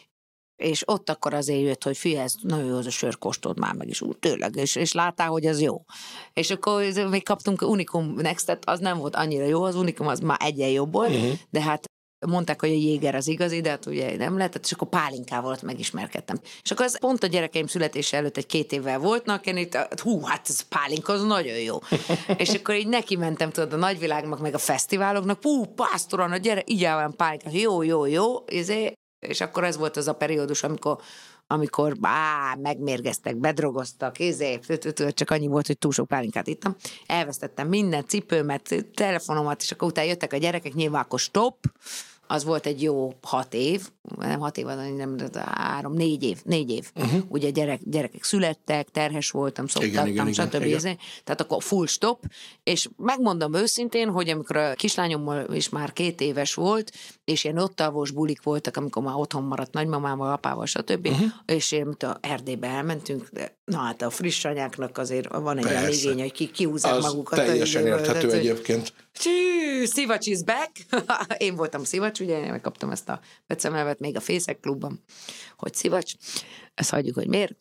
És ott akkor azért jött, hogy figyelj, ez nagyon jó, az a sör, kóstold már meg is, úgy tényleg, és, és láttál, hogy ez jó. És akkor még kaptunk Unicum Next-et, az nem volt annyira jó, az Unicum az már egyen jobb volt, uh-huh. de hát mondták, hogy a Jéger az igazi, de hát ugye nem lehetett, és akkor pálinkával ott megismerkedtem. És akkor ez pont a gyerekeim születése előtt egy két évvel voltnak, én itt, hú, hát ez pálinka, az nagyon jó. És akkor így neki mentem, tudod, a nagyvilágnak, meg a fesztiváloknak, hú, pásztoran, a gyere, így állván pálinkát, jó, jó, jó, ezért. És akkor ez volt az a periódus, amikor amikor á, megmérgeztek, bedrogoztak, izé, csak annyi volt, hogy túl sok pálinkát ittam. Elvesztettem minden cipőmet, telefonomat, és akkor utána jöttek a gyerekek, nyilván akkor stop, az volt egy jó hat év, nem hat év, nem, három, négy év, négy év. Uh-huh. Ugye gyerek, gyerekek születtek, terhes voltam, szoptattam, stb. Igen. Tehát akkor full stop, és megmondom őszintén, hogy amikor a kislányommal is már két éves volt, és ilyen ottavos bulik voltak, amikor már otthon maradt nagymamával, apával, stb. Uh-huh. És én Erdélybe elmentünk, de na hát a friss anyáknak azért van egy olyan igény, hogy ki, kihúzzák az magukat. Teljesen érthető hogy, egyébként. Csű, Szivacs is back. Én voltam Szivacs, ugye, megkaptam ezt a becemelvet még a Fészek klubban, hogy Szivacs, ezt hagyjuk, hogy miért,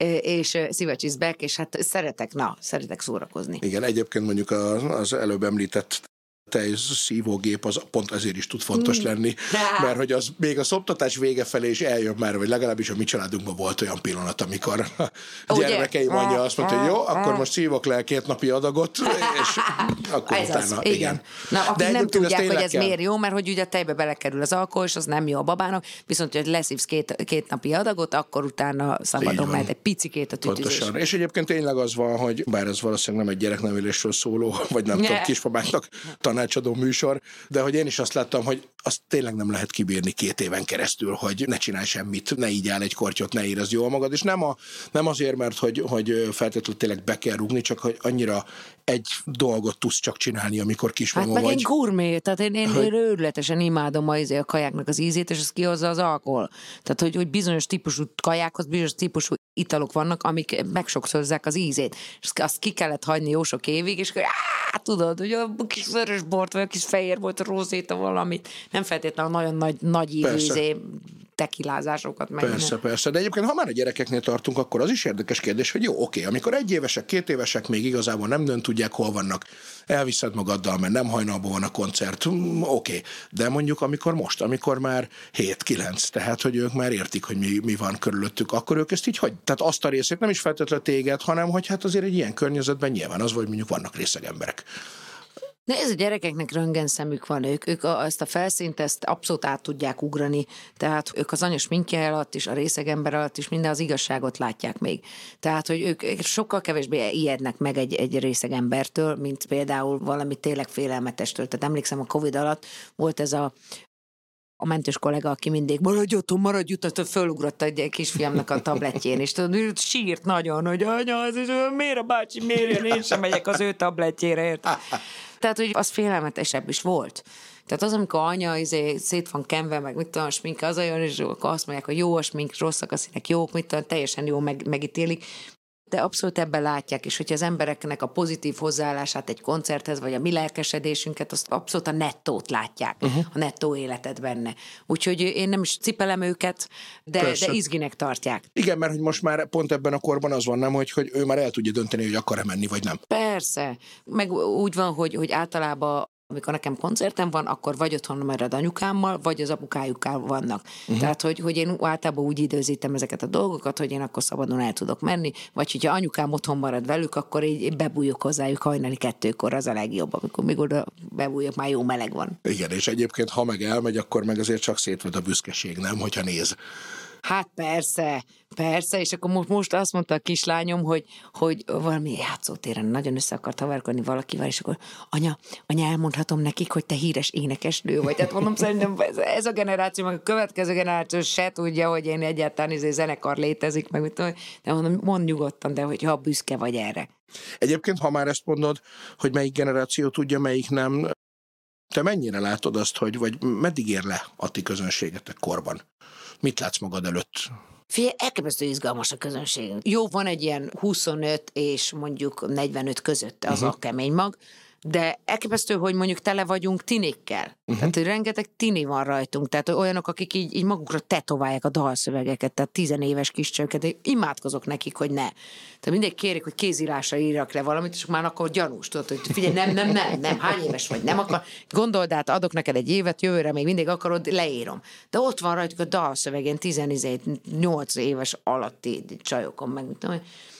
és Szivacs is back, és hát szeretek, na, szeretek szórakozni. Igen, egyébként mondjuk az, az előbb említett tejszívógép az pont ezért is tud fontos mm. lenni, mert hogy az még a szoptatás vége felé is eljön már, vagy legalábbis a mi családunkban volt olyan pillanat, amikor a gyermekeim anyja azt mondta, hogy jó, akkor most szívok le két napi adagot, és akkor ez utána, az, igen. igen. Na, akik nem tudják, hogy ez kell. Miért jó, mert hogy ugye a tejbe belekerül az alkohol, és az nem jó a babának, viszont, hogy leszívsz két, két napi adagot, akkor utána szabadon mehet egy picikét a tütőzés. Pontosan. És egyébként tényleg az van, hogy bár ez valószínűleg nem egy gyereknevelésről szóló, vagy nem tudom, kisbabáknak tanácsadó műsor, de hogy én is azt láttam, hogy azt tényleg nem lehet kibírni két éven keresztül, hogy ne csinálj semmit, ne így áll egy kortyot, ne érezd jól magad, és nem, a, nem azért, mert hogy, hogy feltétlenül tényleg be kell rúgni, csak hogy annyira egy dolgot tudsz csak csinálni, amikor kismama hát vagy. Hát meg egy gurmé, tehát én, én, hogy... én őrületesen imádom a, a kajáknak az ízét, és az kihozza az alkohol. Tehát, hogy, hogy bizonyos típusú kajákhoz bizonyos típusú italok vannak, amik megsokszorozzák az ízét. És azt ki kellett hagyni jó sok évig, és akkor á, tudod, hogy a kis vörös bort, vagy a kis fehér volt, a rózéta valamit. Nem feltétlenül nagyon nagy, nagy ízé tekilázásokat meg. Persze, persze. De egyébként, ha már a gyerekeknél tartunk, akkor az is érdekes kérdés, hogy jó, oké, amikor egy évesek, két évesek még igazából nem dönt tudják, hol vannak, elviszed magaddal, mert nem hajnalban van a koncert, oké. De mondjuk, amikor most, amikor már hét-kilenc, tehát, hogy ők már értik, hogy mi, mi van körülöttük, akkor ők ezt így hogy? Tehát azt a részét nem is feltétlenül téged, hanem hogy hát azért egy ilyen környezetben nyilván az, hogy mondjuk vannak részeg emberek. De ez a gyerekeknek röntgen szemük van, ők, ők a, ezt a felszínt, ezt abszolút át tudják ugrani, tehát ők az anya sminkje alatt is, a részegember alatt is minden az igazságot látják még. Tehát, hogy ők, ők sokkal kevésbé ijednek meg egy, egy részegembertől, mint például valami tényleg félelmetestől. Tehát emlékszem, a Covid alatt volt ez a a mentős kollega, aki mindig maradj otthon, maradj otthon, fölugrott egy kisfiamnak a tabletjén, és tudod, sírt nagyon, hogy anya, ez, miért a bácsi, miért jön, én sem megyek az ő tabletjére, ért. Tehát, hogy az félelmetesebb is volt. Tehát az, amikor anya izé, szét van kenve, meg mit tudom, a smink, az olyan, és akkor azt mondják, hogy jó a smink, rosszak a színek, jók, mit tudom, teljesen jó meg, megítélik. De abszolút ebben látják, és hogyha az embereknek a pozitív hozzáállását egy koncerthez, vagy a mi lelkesedésünket, azt abszolút a nettót látják, uh-huh. a nettó életet benne. Úgyhogy én nem is cipelem őket, de, de izginek tartják. Igen, mert hogy most már pont ebben a korban az van, nem, hogy, hogy ő már el tudja dönteni, hogy akar-e menni, vagy nem. Persze. Meg úgy van, hogy, hogy általában amikor nekem koncertem van, akkor vagy otthon marad anyukámmal, vagy az apukájukkal vannak. Uh-huh. Tehát, hogy, hogy én általában úgy időzítem ezeket a dolgokat, hogy én akkor szabadon el tudok menni, vagy hogyha anyukám otthon marad velük, akkor így bebújok hozzájuk hajnali kettőkor, az a legjobb, amikor még oda bebújok, már jó meleg van. Igen, és egyébként, ha meg elmegy, akkor meg azért csak szétved a büszkeség, nem, hogyha néz. Hát persze, persze, és akkor most, most azt mondta a kislányom, hogy, hogy valami játszótéren nagyon össze akart haverkodni valakivel, és akkor anya, anya, elmondhatom nekik, hogy te híres énekesnő vagy. Tehát mondom, szerintem ez, ez a generáció, meg a következő generáció se tudja, hogy én egyáltalán izé zenekar létezik, meg mit tudom, de mondom, mondd nyugodtan, de hogyha büszke vagy erre. Egyébként, ha már ezt mondod, hogy melyik generáció tudja, melyik nem, te mennyire látod azt, hogy, vagy meddig ér le a ti közönségetek korban? Mit látsz magad előtt? Figyelj, elképesztő izgalmas a közönség. Jó, van egy ilyen huszonöt és mondjuk negyvenöt között az uh-huh. a kemény mag, de elképesztő, hogy mondjuk tele vagyunk tinikkel. Uh-huh. Tehát, hogy rengeteg tini van rajtunk, tehát olyanok, akik így, így magukra tetoválják a dalszövegeket, tehát tizenéves kis csőket, de imádkozok nekik, hogy ne. Tehát mindig kérik, hogy kézírásra írjak le valamit, és már akkor gyanús, tudod, hogy figyelj, nem, nem, nem, nem, hány éves vagy, nem akar, gondold át, adok neked egy évet, jövőre még mindig akarod, leírom. De ott van rajtuk a dalszövegén tizennyolc éves alatti csajokon, meg tudom,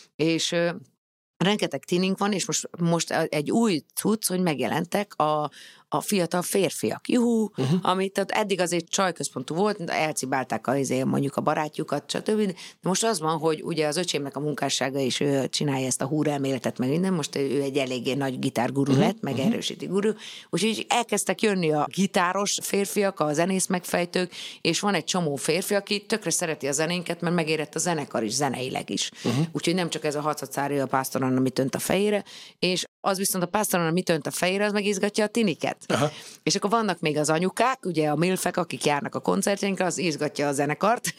és rengeteg tinink van, és most, most egy új cucc, hogy megjelentek a, a fiatal férfiak. Juhú, uh-huh. amit tehát eddig azért csajközpontú volt, elcibálták a, azért mondjuk a barátjukat, stb. De most az van, hogy ugye az öcsémnek a munkássága is ő csinálja ezt a húrelméletet, meg minden, most ő egy eléggé nagy gitárguru uh-huh. lett, meg uh-huh. erősíti guru, úgyhogy elkezdtek jönni a gitáros férfiak, a zenész megfejtők, és van egy csomó férfi, aki tökre szereti a zenénket, mert megérett a zenekar is, zeneileg is. Uh-huh. Úgyhogy nem csak ez a hatszatszári a pásztoron, amit önt a fejére, és az viszont a pásztoron, amit önt a fejére, az megizgatja a tiniket. Aha. És akkor vannak még az anyukák, ugye a milfek, akik járnak a koncertjeinkre, az izgatja a zenekart,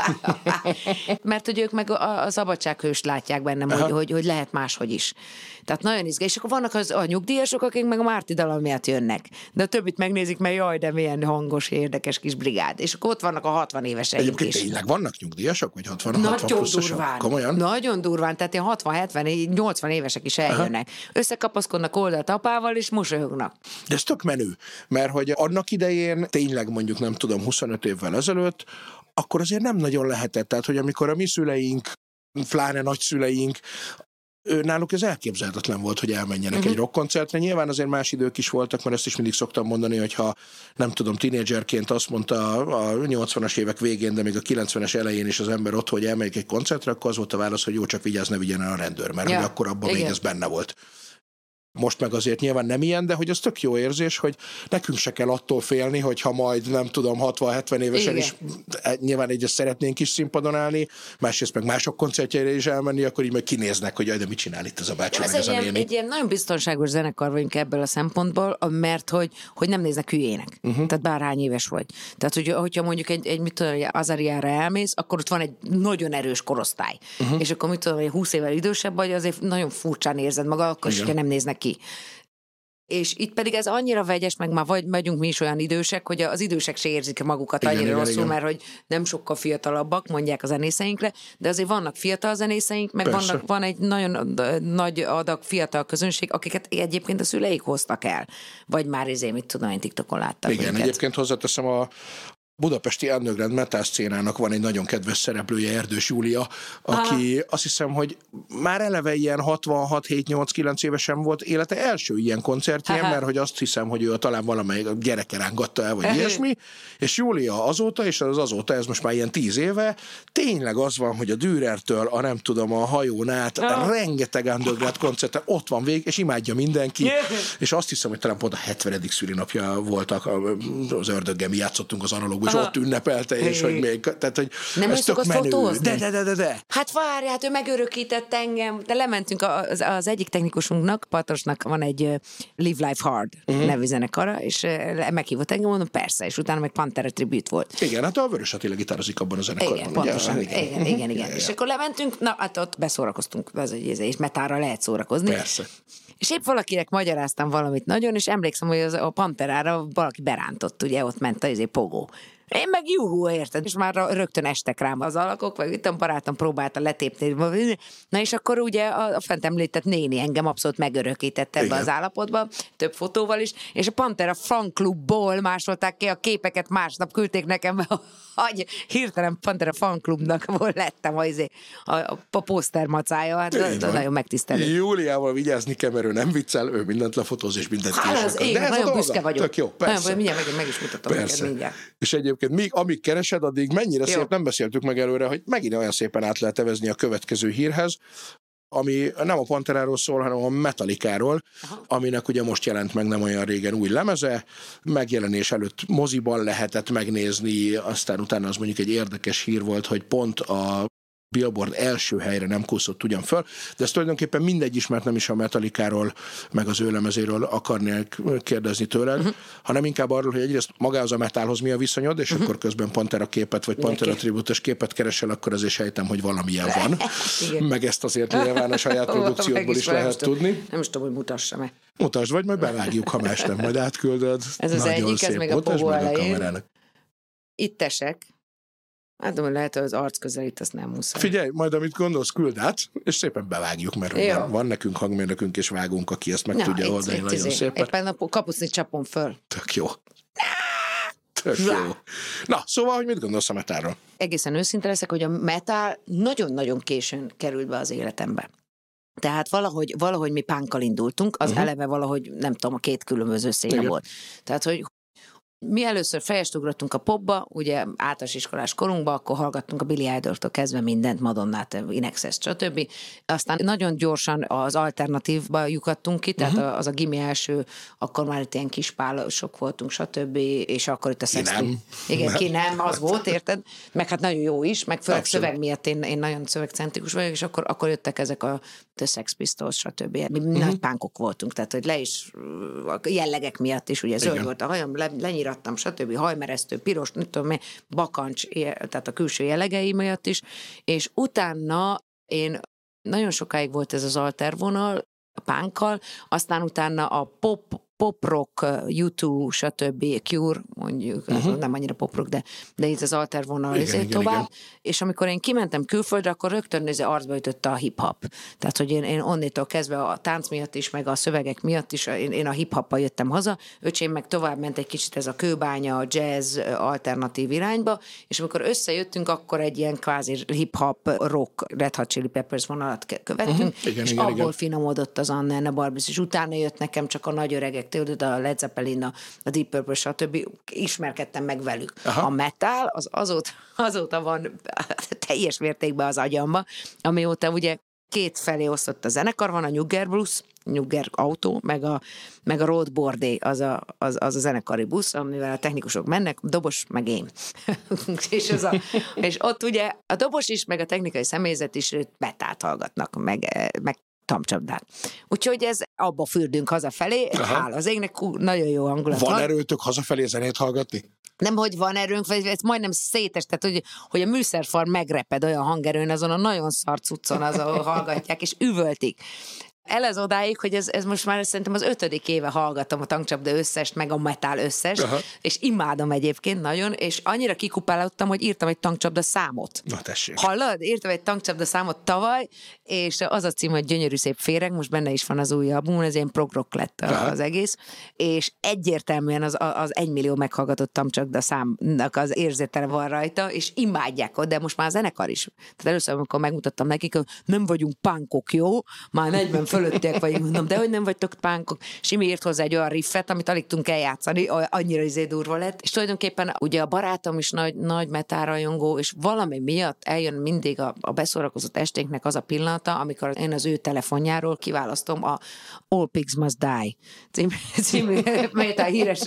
mert hogy ők meg a, a szabadsághőst látják bennem, hogy, hogy, hogy lehet máshogy is. Tehát nagyon izgat. És akkor vannak az, a nyugdíjasok, akik meg a Márti dalal miatt jönnek. De a többit megnézik, mert jaj, de milyen hangos, érdekes kis brigád. És akkor ott vannak a hatvan éveseink is. Egyébként tényleg vannak nyugdíjasok, vagy hatvan, hatvan Nagyon pluszosok? durván. Komolyan? Nagyon durván, tehát ilyen hatvan, hetven, nyolcvan évesek is eljönnek. Aha. Összekapaszkodnak oldalt apával, és mosolyognak. De ez tök menő, mert hogy annak idején, tényleg mondjuk nem tudom, huszonöt évvel ezelőtt, akkor azért nem nagyon lehetett. Tehát, hogy amikor a mi szüleink, pláne nagyszüleink, náluk ez elképzelhetetlen volt, hogy elmenjenek uh-huh. egy rockkoncertre. Nyilván azért más idők is voltak, mert ezt is mindig szoktam mondani, hogy ha nem tudom, tínédzserként azt mondta a nyolcvanas évek végén, de még a kilencvenes elején is az ember ott, hogy elmegyek egy koncertre, akkor az volt a válasz, hogy jó, csak vigyázz, ne vigyen el a rendőr, mert ja, hogy akkor abban még ez benne volt. Most meg azért nyilván nem ilyen, de hogy az tök jó érzés, hogy nekünk se kell attól félni, hogyha majd nem tudom, hatvan-hetven évesen igen. is nyilván egyes szeretnénk is színpadon állni, másrészt meg mások koncertjeire is elmenni, akkor így meg kinéznek, hogy jaj, de mit csinál itt ez a bácsi, meg ez a néni. Egy ilyen nagyon biztonságos zenekar vagyunk ebből a szempontból, mert hogy, hogy nem néznek hülyének. Uh-huh. Tehát bárhány éves vagy. Tehát, hogy, hogyha mondjuk egy, egy mit tudom, Azariára elmész, akkor ott van egy nagyon erős korosztály. Uh-huh. És akkor mit tudom, hogy húsz évvel idősebb vagy, azért nagyon furcsán érzed maga, akkor is, nem néznek ki. És itt pedig ez annyira vegyes, meg már vagy, vagyunk mi is olyan idősek, hogy az idősek se érzik magukat igen, annyira igen, rosszul, igen. mert hogy nem sokkal fiatalabbak, mondják a zenészeinkre, de azért vannak fiatal zenészeink, meg vannak, van egy nagyon nagy adag fiatal közönség, akiket egyébként a szüleik hoztak el. Vagy már izé, mit tudom, én TikTokon láttam. Igen, minket. Egyébként hozzáteszem a budapesti underground metal szcénának van egy nagyon kedves szereplője, Erdős Júlia, aki Aha. azt hiszem, hogy már eleve ilyen hatvanhat hét nyolc kilenc évesen volt élete első ilyen koncertjén, Aha. mert hogy azt hiszem, hogy ő talán valamelyik gyereke rángatta el, vagy Aha. ilyesmi, és Júlia azóta, és az azóta, ez most már ilyen tíz éve, tényleg az van, hogy a Dürertől, a nem tudom, a hajón át, Aha. rengeteg underground koncerten ott van vég, és imádja mindenki, és azt hiszem, hogy talán pont a hetvenedik szülinapja voltak, az Ördöggel mi játszottunk az analógban, és ott ünnepelte, és hogy még, tehát, hogy nem ez tök menő. Fotózni? De, de, de, de, de. Hát várj, hát ő megörökített engem, de lementünk az, az egyik technikusunknak, Patrosnak van egy uh, Live Life Hard uh-huh. nevű zenekara, és uh, meghívott engem, mondom, persze, és utána meg Pantera tribute volt. Igen, hát a Vörös Attila gitározik abban a zenekarban. Igen, pontosan, igen, igen, igen, igen, igen. És akkor lementünk, na, hát ott beszórakoztunk, az, és metálra lehet szórakozni. Persze. És épp valakinek magyaráztam valamit nagyon, és emlékszem, hogy az, a Panterára valaki berántott, ugye, ott ment az egy pogó. Én meg juhú, érted? És már rögtön estek rám az alakok, vagy itt a barátom próbálta letépni. Na és akkor ugye a fent említett néni engem abszolút megörökített ebbe az állapotba, több fotóval is, és a Pantera fanklubból másolták ki a képeket, másnap küldték nekem, hogy hirtelen Pantera fanklubnak lettem a, a, a poszter macája, hát nagyon megtisztelő. Júliával vigyázni kell, mert ő nem viccel, ő mindent lefotóz, és mindent később. Én nagyon büszke vagyok. Tök jó, persze. Nagyon, mindjárt meg, meg is mutatom neked mindjárt. És egyébként még amíg keresed, addig mennyire jó. Szép, nem beszéltük meg előre, hogy megint olyan szépen át lehet evezni a következő hírhez, ami nem a Panteráról szól, hanem a Metallicáról, Aha. aminek ugye most jelent meg nem olyan régen új lemeze, megjelenés előtt moziban lehetett megnézni, aztán utána az mondjuk egy érdekes hír volt, hogy pont a Billboard első helyre nem kúszott ugyan föl, de ez tulajdonképpen mindegy is, mert nem is a Metallicáról, meg az ő lemezéről akarnék kérdezni tőled, uh-huh. hanem inkább arról, hogy egyrészt magához a metálhoz mi a viszonyod, és uh-huh. akkor közben Pantera képet, vagy Pantera tribútos képet keresel, akkor azért sejtem, hogy valamilyen van. Meg ezt azért nyilván a saját produkciódból is, is lehet tudni. Nem is tudom, hogy mutassam-e. Mutasd, vagy majd bevágjuk, ha más nem, majd átküldöd. Ez az Nagyon egyik, szép. ez még a pogó elején. Itt esek. Hát, hogy lehet, hogy az arc közelít, azt nem muszáj. Figyelj, majd amit gondolsz, küld át, és szépen bevágjuk, mert van, van nekünk hangmérnökünk és vágunk, aki ezt meg Na, tudja oldani nagyon szépen. Éppen a kapucni csapom föl. Tök jó. Tök jó. Na, szóval, hogy mit gondolsz a metálról? Egészen őszinte leszek, hogy a metál nagyon-nagyon későn került be az életembe. Tehát valahogy, valahogy mi pánkkal indultunk, az uh-huh. eleve valahogy, nem tudom, a két különböző szél volt. Tehát, hogy mi először fejest ugrottunk a popba, ugye általános iskolás korunkba, akkor hallgattunk a Billy Idol-tól kezdve mindent, Madonnát, Inexes, stb. Aztán nagyon gyorsan az alternatívba lyukadtunk ki, tehát uh-huh. az a gimi első, akkor már itt ilyen kispálosok voltunk, stb. És akkor itt a Sex nem. Igen, ki nem, az volt, érted? Meg hát nagyon jó is, meg főleg szöveg miatt én, én nagyon szövegcentrikus vagyok, és akkor, akkor jöttek ezek a The Sex Pistols, stb. Mi uh-huh. nagy pánkok voltunk, tehát hogy le is, a jellegek miatt is, ugye zöld Igen. volt a hajam, le, lenyirattam, stb. Hajmeresztő, piros, nem tudom én, bakancs, tehát a külső jellegei miatt is, és utána én nagyon sokáig volt ez az altervonal, a pánkkal, aztán utána a pop, pop-rock, U kettő, stb. Cure, mondjuk, uh-huh. nem annyira pop-rock, de, de itt az altervonal igen, igen, tovább. Igen. És amikor én kimentem külföldre, akkor rögtön nézze arcba ütötte a hip-hop. Tehát, hogy én, én onnétól kezdve a tánc miatt is, meg a szövegek miatt is, én, én a hip-hoppal jöttem haza, öcsém meg tovább ment egy kicsit ez a kőbánya, jazz, alternatív irányba, és amikor összejöttünk, akkor egy ilyen kvázi hip-hop, rock, Red Hot Chili Peppers vonalat követtünk, uh-huh. igen, és igen, abból igen. finomodott az Anna Anna Barbis, és utána jött nekem csak a nagy öregek, tőled a Led Zeppelin, a, a Deep Purple, stb. Ismerkedtem meg velük. Aha. A metal az azóta, azóta van teljes mértékben az agyamba, amióta ugye két felé osztott a zenekar, van a Nyugger Blues, Nyugger autó, meg a, meg a Road Boardé, az a, az, az a zenekari busz, amivel a technikusok mennek, dobos, meg én. és, az a, és ott ugye a dobos is, meg a technikai személyzet is metált hallgatnak, meg, meg tamcsapdát. Úgyhogy ez abba fürdünk hazafelé, hála az égnek, nagyon jó hangulat van. Van erőtök hazafelé zenét hallgatni? Nem, hogy van erőnk, vagy ez majdnem szétes, tehát hogy, hogy a műszerfal megreped olyan hangerőn, azon a nagyon szar cuccon, azon hallgatják, és üvöltik. El az odáig, hogy ez, ez most már szerintem az ötödik éve hallgatom a Tankcsapda összest, meg a Metál összest, aha, és imádom egyébként nagyon, és annyira kikupálódtam, hogy írtam egy Tankcsapda számot. Na tessék. Hallod? Írtam egy Tankcsapda számot tavaly, és az a cím, hogy Gyönyörű szép féreg, most benne is van az új album, ez ilyen prog-rock lett aha, az egész, és egyértelműen az, az egymillió meghallgatott Tankcsapda számnak az érzétele van rajta, és imádják ott, de most már a zenekar is. Tehát először, amikor megmutattam nekik, hogy nem vagyunk punkok, jó? Már negyven fölöttiek vagyunk, mondom, de hogy nem vagytok punkok. Simi írt hozzá egy olyan riffet, amit alig tudunk eljátszani, annyira izé durva lett. És tulajdonképpen ugye a barátom is nagy, nagy metal-rajongó, és valami miatt eljön mindig a, a beszórakozott esténknek az a pillanata, amikor én az ő telefonjáról kiválasztom a All Pigs Must Die című, című metal híres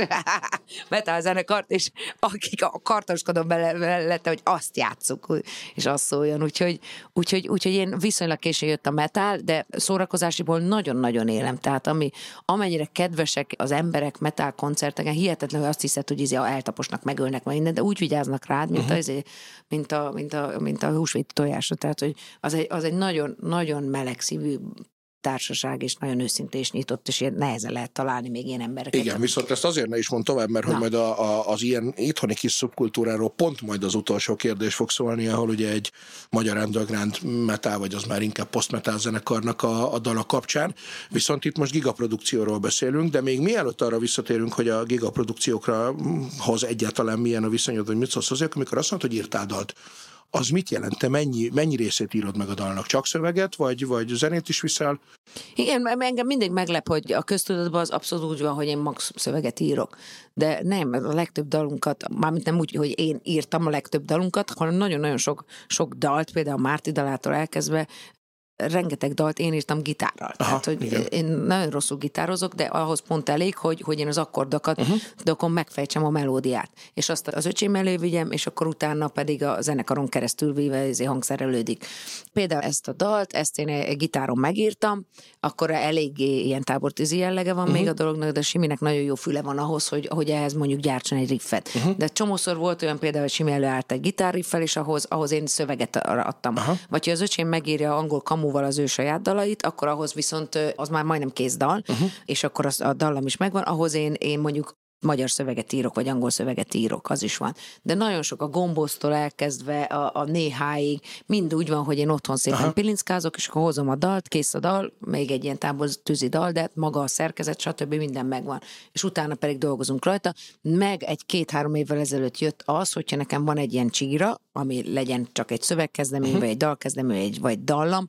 metal zenekart, és akik a kartoskodom mellette, hogy azt játsszuk, és azt szóljon. Úgyhogy, úgyhogy, úgyhogy én viszonylag későn jött a metal, de szórakozásiból nagyon-nagyon élem. Tehát ami, amennyire kedvesek az emberek metal koncerteken, hihetetlen, hogy azt hiszed, hogy izé, eltaposnak, megölnek meg innen, de úgy vigyáznak rád, mint, uh-huh, a, izé, mint, a, mint, a, mint a húsvét tojásra. Tehát, hogy az egy, az egy nagyon, nagyon meleg szívű társaság, és nagyon őszintén és nyitott, és ilyen nehezen lehet találni még ilyen embereket. Igen, viszont ezt azért ne is mond tovább, mert na, hogy majd a, a, az ilyen itthoni kis szubkultúráról pont majd az utolsó kérdés fog szólni, ahol ugye egy magyar underground metal, vagy az már inkább post-metal zenekarnak a, a dala kapcsán. Viszont itt most gigaprodukcióról beszélünk, de még mielőtt arra visszatérünk, hogy a gigaprodukciókra hoz egyáltalán milyen a viszonyod, hogy mit szólsz azért, amikor azt mondod, hogy írtál dalt, az mit jelent? Te mennyi, mennyi részét írod meg a dalnak? Csak szöveget, vagy, vagy zenét is viszel? Igen, engem mindig meglep, hogy a köztudatban az abszolút úgy van, hogy én max szöveget írok. De nem, a legtöbb dalunkat, mármint nem úgy, hogy én írtam a legtöbb dalunkat, hanem nagyon-nagyon sok, sok dalt, például a Márti dalától elkezdve, rengeteg dalt én írtam gitárral. Aha, tehát, hogy igen, én nagyon rosszul gitározok, de ahhoz pont elég, hogy, hogy én az akkordokat uh-huh, dokon megfejtsem a melódiát. És azt az öcsém elé vigyem, és akkor utána pedig a zenekaron keresztül víve ez hangszerelődik. Például ezt a dalt, ezt én gitáron megírtam, akkor eléggé ilyen tábortűzi jellege van uh-huh, még a dolognak, de Siminek nagyon jó füle van ahhoz, hogy, hogy ehhez mondjuk gyártson egy riffet. Uh-huh. De csomószor volt olyan például, hogy Simi előállt egy gitárriffel, és ahhoz, ahhoz én szöveget adtam. Uh-huh. Vagy ha az öcsém megírja angol kamu az ő saját dalait, akkor ahhoz viszont az már majdnem kész dal, uh-huh, és akkor az, a dallam is megvan, ahhoz én, én mondjuk magyar szöveget írok, vagy angol szöveget írok, az is van. De nagyon sok a gombóztól elkezdve a, a néháig, mind úgy van, hogy én otthon szépen aha, pilinckázok, és akkor hozom a dalt, kész a dal, még egy ilyen tábortűzi dal, de maga a szerkezet, stb. Minden megvan. És utána pedig dolgozunk rajta. Meg egy két-három évvel ezelőtt jött az, hogyha nekem van egy ilyen csíra, ami legyen csak egy szövegkezdemény, uh-huh, vagy egy dalkezdemény, vagy dallam,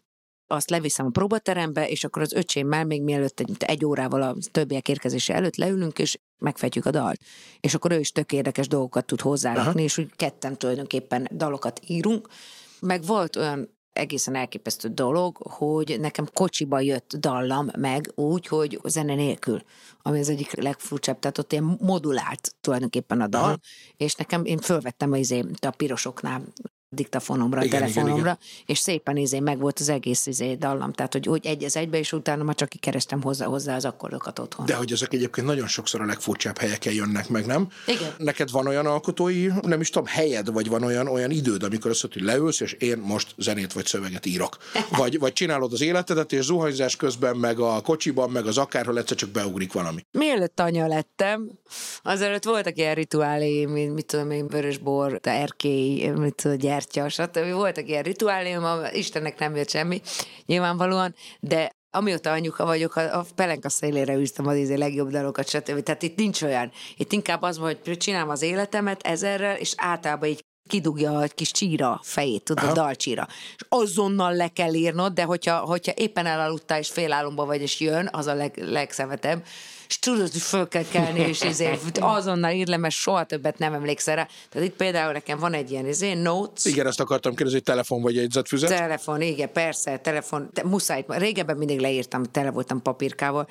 azt leviszem a próbaterembe, és akkor az öcsémmel még mielőtt egy, egy órával a többiek érkezése előtt leülünk, és megfejtjük a dalt. És akkor ő is tök érdekes dolgokat tud hozzárakni, aha, és úgy ketten tulajdonképpen dalokat írunk. Meg volt olyan egészen elképesztő dolog, hogy nekem kocsiba jött dallam meg úgy, hogy zene nélkül, ami az egyik legfurcsább, tehát ott ilyen modulált tulajdonképpen a dal, aha, és nekem, én fölvettem az izé, a pirosoknál diktafonomra, igen, telefonomra, igen, igen, és szépen izé meg volt az egész izé dallam, tehát hogy, hogy egy az egybe, és utána már csak kikerestem hozzá, hozzá az akkordokat otthon. De hogy ezek egyébként nagyon sokszor a legfurcsább helyeken jönnek meg, nem? Igen. Neked van olyan alkotói, nem is tudom, helyed, vagy van olyan, olyan időd, amikor azt mondod, hogy leülsz, és én most zenét vagy szöveget írok. Vagy, vagy csinálod az életedet, és zuhanyzás közben, meg a kocsiban, meg az akárhol egyszer csak beugrik valami. Mielőtt anya lettem, azelőtt voltak ilyen rituálé, mint mit tudom én, vörösbor, erkély, mit tudom, gyertya, stb. Voltak ilyen rituáléim, Istennek nem jött semmi, nyilvánvalóan, de amióta anyuka vagyok, a pelenka szélére űztem az izé legjobb dalokat, stb. Tehát itt nincs olyan. Itt inkább az van, hogy csinálom az életemet ezerrel, és általában így kidugja a kis csíra fejét, tudod, aha, dalcsíra. És azonnal le kell írnod, de hogyha, hogyha éppen elaludtál, és félálomba vagy, és jön, az a leg, legszemetebb, és tudod, hogy föl kell kelni, és ezért azonnal ír le, mert soha többet nem emlékszel rá. Tehát itt például nekem van egy ilyen izé, notes. Igen, ezt akartam kérdezni, hogy telefon vagy jegyzetfüzet? Telefon, igen, persze, telefon. Te, muszáj, régebben mindig leírtam, tele voltam papírkával,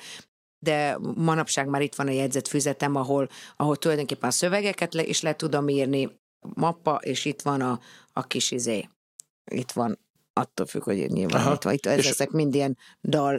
de manapság már itt van a jegyzetfüzetem, ahol, ahol tulajdonképpen a szövegeket le, és le tudom írni, mappa, és itt van a, a kis izé. Itt van, attól függ, hogy nyilván aha, itt van. Itt, ezek mind ilyen dal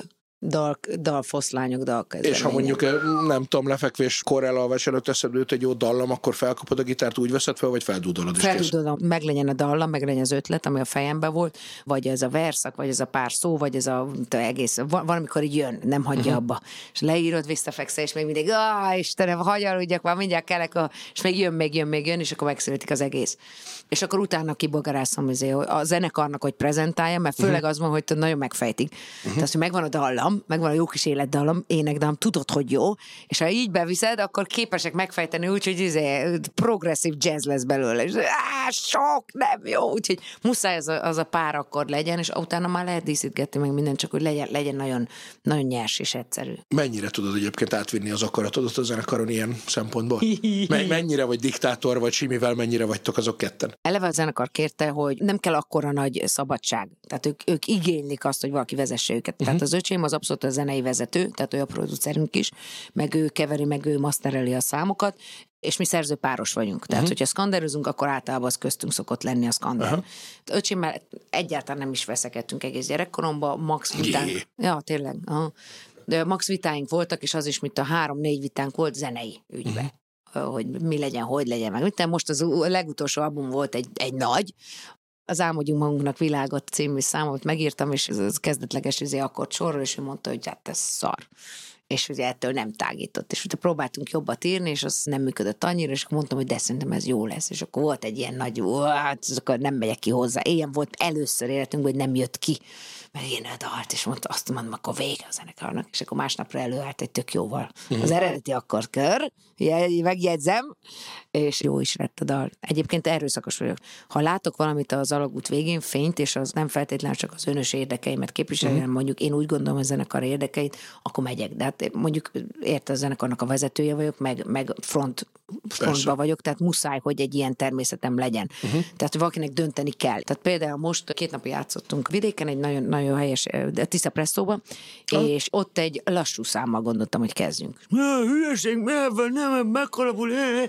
dal, dalfoszlányok, dalkezdemények. És ha mondjuk, nem tudom, lefekvéskor elalvás előtt eszedbe jut egy jó dallam, akkor felkapod a gitárt, úgy veszed fel, vagy feldúdolod is Feldúdolom, meg legyen a dallam, meg legyen az ötlet, ami a fejemben volt, vagy ez a verszak, vagy ez a pár szó, vagy ez a egész, van, van amikor így jön, nem hagyja uh-huh. abba. És leírod, visszafekszel, és még mindig, ah, Istenem, hagyaludjak, már mindjárt kelek, a... és még jön, még jön, még jön, és akkor megszületik az egész. És akkor utána kibogarászom a zenekarnak, hogy prezentálja, mert főleg uh-huh. az van, hogy nagyon megfejtik. Uh-huh. Tehát, hogy megvan a dallam, megvan a jó kis életdallam, énekdallam, tudod, hogy jó, és ha így beviszed, akkor képesek megfejteni úgy, hogy izé, progresszív jazz lesz belőle. És á, sok, nem jó, úgyhogy muszáj az a, az a pár akkord legyen, és utána már lehet díszítgetni meg minden, csak hogy legyen, legyen nagyon, nagyon nyers és egyszerű. Mennyire tudod egyébként átvinni az akaratodat a zenekaron ilyen szempontból? Mennyire vagy diktátor, vagy Simivel mennyire vagytok azok ketten? Eleve a zenekar kérte, hogy nem kell akkora nagy szabadság. Tehát ők, ők igénylik azt, hogy valaki vezesse őket. Uh-huh. Tehát az öcsém az abszolút a zenei vezető, tehát ő a producerünk is, meg ő keveri, meg ő mastereli a számokat, és mi szerzőpáros vagyunk. Tehát, uh-huh. hogyha szkanderozunk, akkor általában az köztünk szokott lenni a szkander. Uh-huh. Öcsémmel egyáltalán nem is veszekedtünk egész gyerekkoromban, max vitánk. Yeah. Ja, tényleg. Aha. De max vitáink voltak, és az is, mint a három-négy vitánk volt zenei ügybe. Uh-huh. Hogy mi legyen, hogy legyen. Meg mit most az a legutolsó album volt egy, egy nagy, az Álmodjunk magunknak világot című számot megírtam, és ez kezdetleges izé akkord sorról, és ő mondta, hogy hát ez szar. És ugye ettől nem tágított. És utána próbáltunk jobbat írni, és az nem működött annyira, és akkor mondtam, hogy de szerintem ez jó lesz. És akkor volt egy ilyen nagy, hát akkor nem megyek ki hozzá. Ilyen volt először életünkben, hogy nem jött ki. Meg én a dalt, és mondta, azt mondom, akkor vége a zenekarnak. És akkor másnapra előállt egy tök jóval. Az eredeti akkordkör, megjegyzem, és jó is lett a dal. Egyébként erőszakos vagyok. Ha látok valamit az alagút végén, fényt, és az nem feltétlenül csak az önös érdekeimet képviseljen, uh-huh. mondjuk én úgy gondolom, hogy a zenekar érdekeit, akkor megyek. De hát mondjuk érte a zenekarnak a vezetője vagyok, meg, meg front, frontba vagyok, tehát muszáj, hogy egy ilyen természetem legyen. Uh-huh. Tehát valakinek dönteni kell. Tehát például most két napja játszottunk vidéken egy nagyon, nagyon helyes Tisza Presszóba, uh-huh. és ott egy lassú számmal gondoltam, hogy kezdjünk. Hülyeség, mivel nem, megkalapul,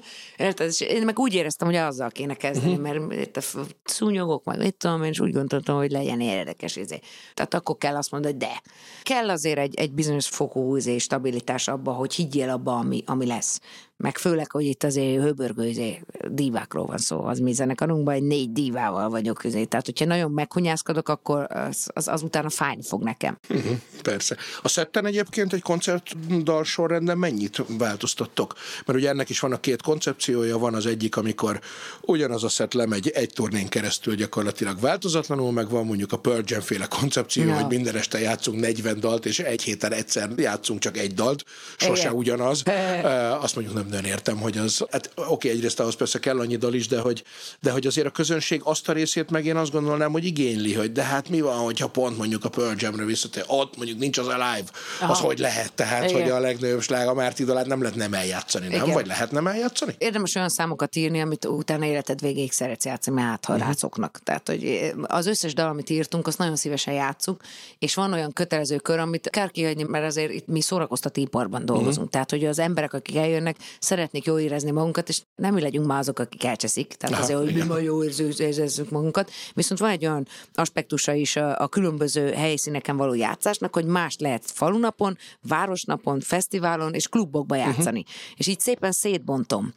és én meg úgy éreztem, hogy azzal kéne kezdeni, uh-huh. mert itt a szúnyogok, meg mit tudom, én is úgy gondoltam, hogy legyen érdekes. Izé. Tehát akkor kell azt mondani, hogy de. Kell azért egy, egy bizonyos fokú izé, stabilitás abba, hogy higgyél abba, ami, ami lesz. Meg főleg, hogy itt azért hőbörgő izé, dívákról van szó. Az mi zenekarunkban egy négy dívával vagyok. Izé. Tehát, hogyha nagyon meghunyászkodok, akkor az, az, az utána fájni fog nekem. Uh-huh, persze. A szetten egyébként egy koncertdal sorrendben mennyit változtattok? Mert ugye ennek is van a két koncepciója, van az egyik, amikor ugyanaz a szett lemegy egy turnén keresztül gyakorlatilag változatlanul, meg van mondjuk a Pearl Jam féle koncepció, ja. hogy minden este játszunk negyven dalt, és egy héten egyszer játszunk csak egy dalt, sose igen. ugyanaz. Azt mondjuk nem nagyon értem, hogy az, hát oké, egyrészt ahhoz persze kell annyi dal is, de hogy, de hogy azért a közönség azt a részét meg én azt gondolnám, hogy igényli, hogy de hát mi van, hogyha pont mondjuk a Pearl Jamre visszatér, ott mondjuk nincs az Alive, Aha. az hogy lehet, tehát, igen. hogy a legnagyobb sláger, a Márti dalát nem lehet nem eljátszani, nem? Igen. Vagy lehet nem eljátszani? Érdemes olyan számokat írni, amit utána életed végéig szeretsz játszani, mert hát ha uh-huh. rászoknak. Tehát, hogy az összes dal, amit írtunk, azt nagyon szívesen játszuk, és van olyan kötelező kör, amit kell kihagyni, mert azért itt mi szórakoztatóiparban dolgozunk. Uh-huh. Tehát, hogy az emberek, akik eljönnek, szeretnék jól érezni magunkat, és nem mi legyünk már azok, akik elcseszik. Tehát Aha, azért, hogy mi ma jól érezzük magunkat. Viszont van egy olyan aspektusa is a, a különböző helyszíneken való játszásnak, hogy más lehet falunapon, városnapon, fesztiválon és klubokba játszani. Uh-huh. És így szépen szétbontom.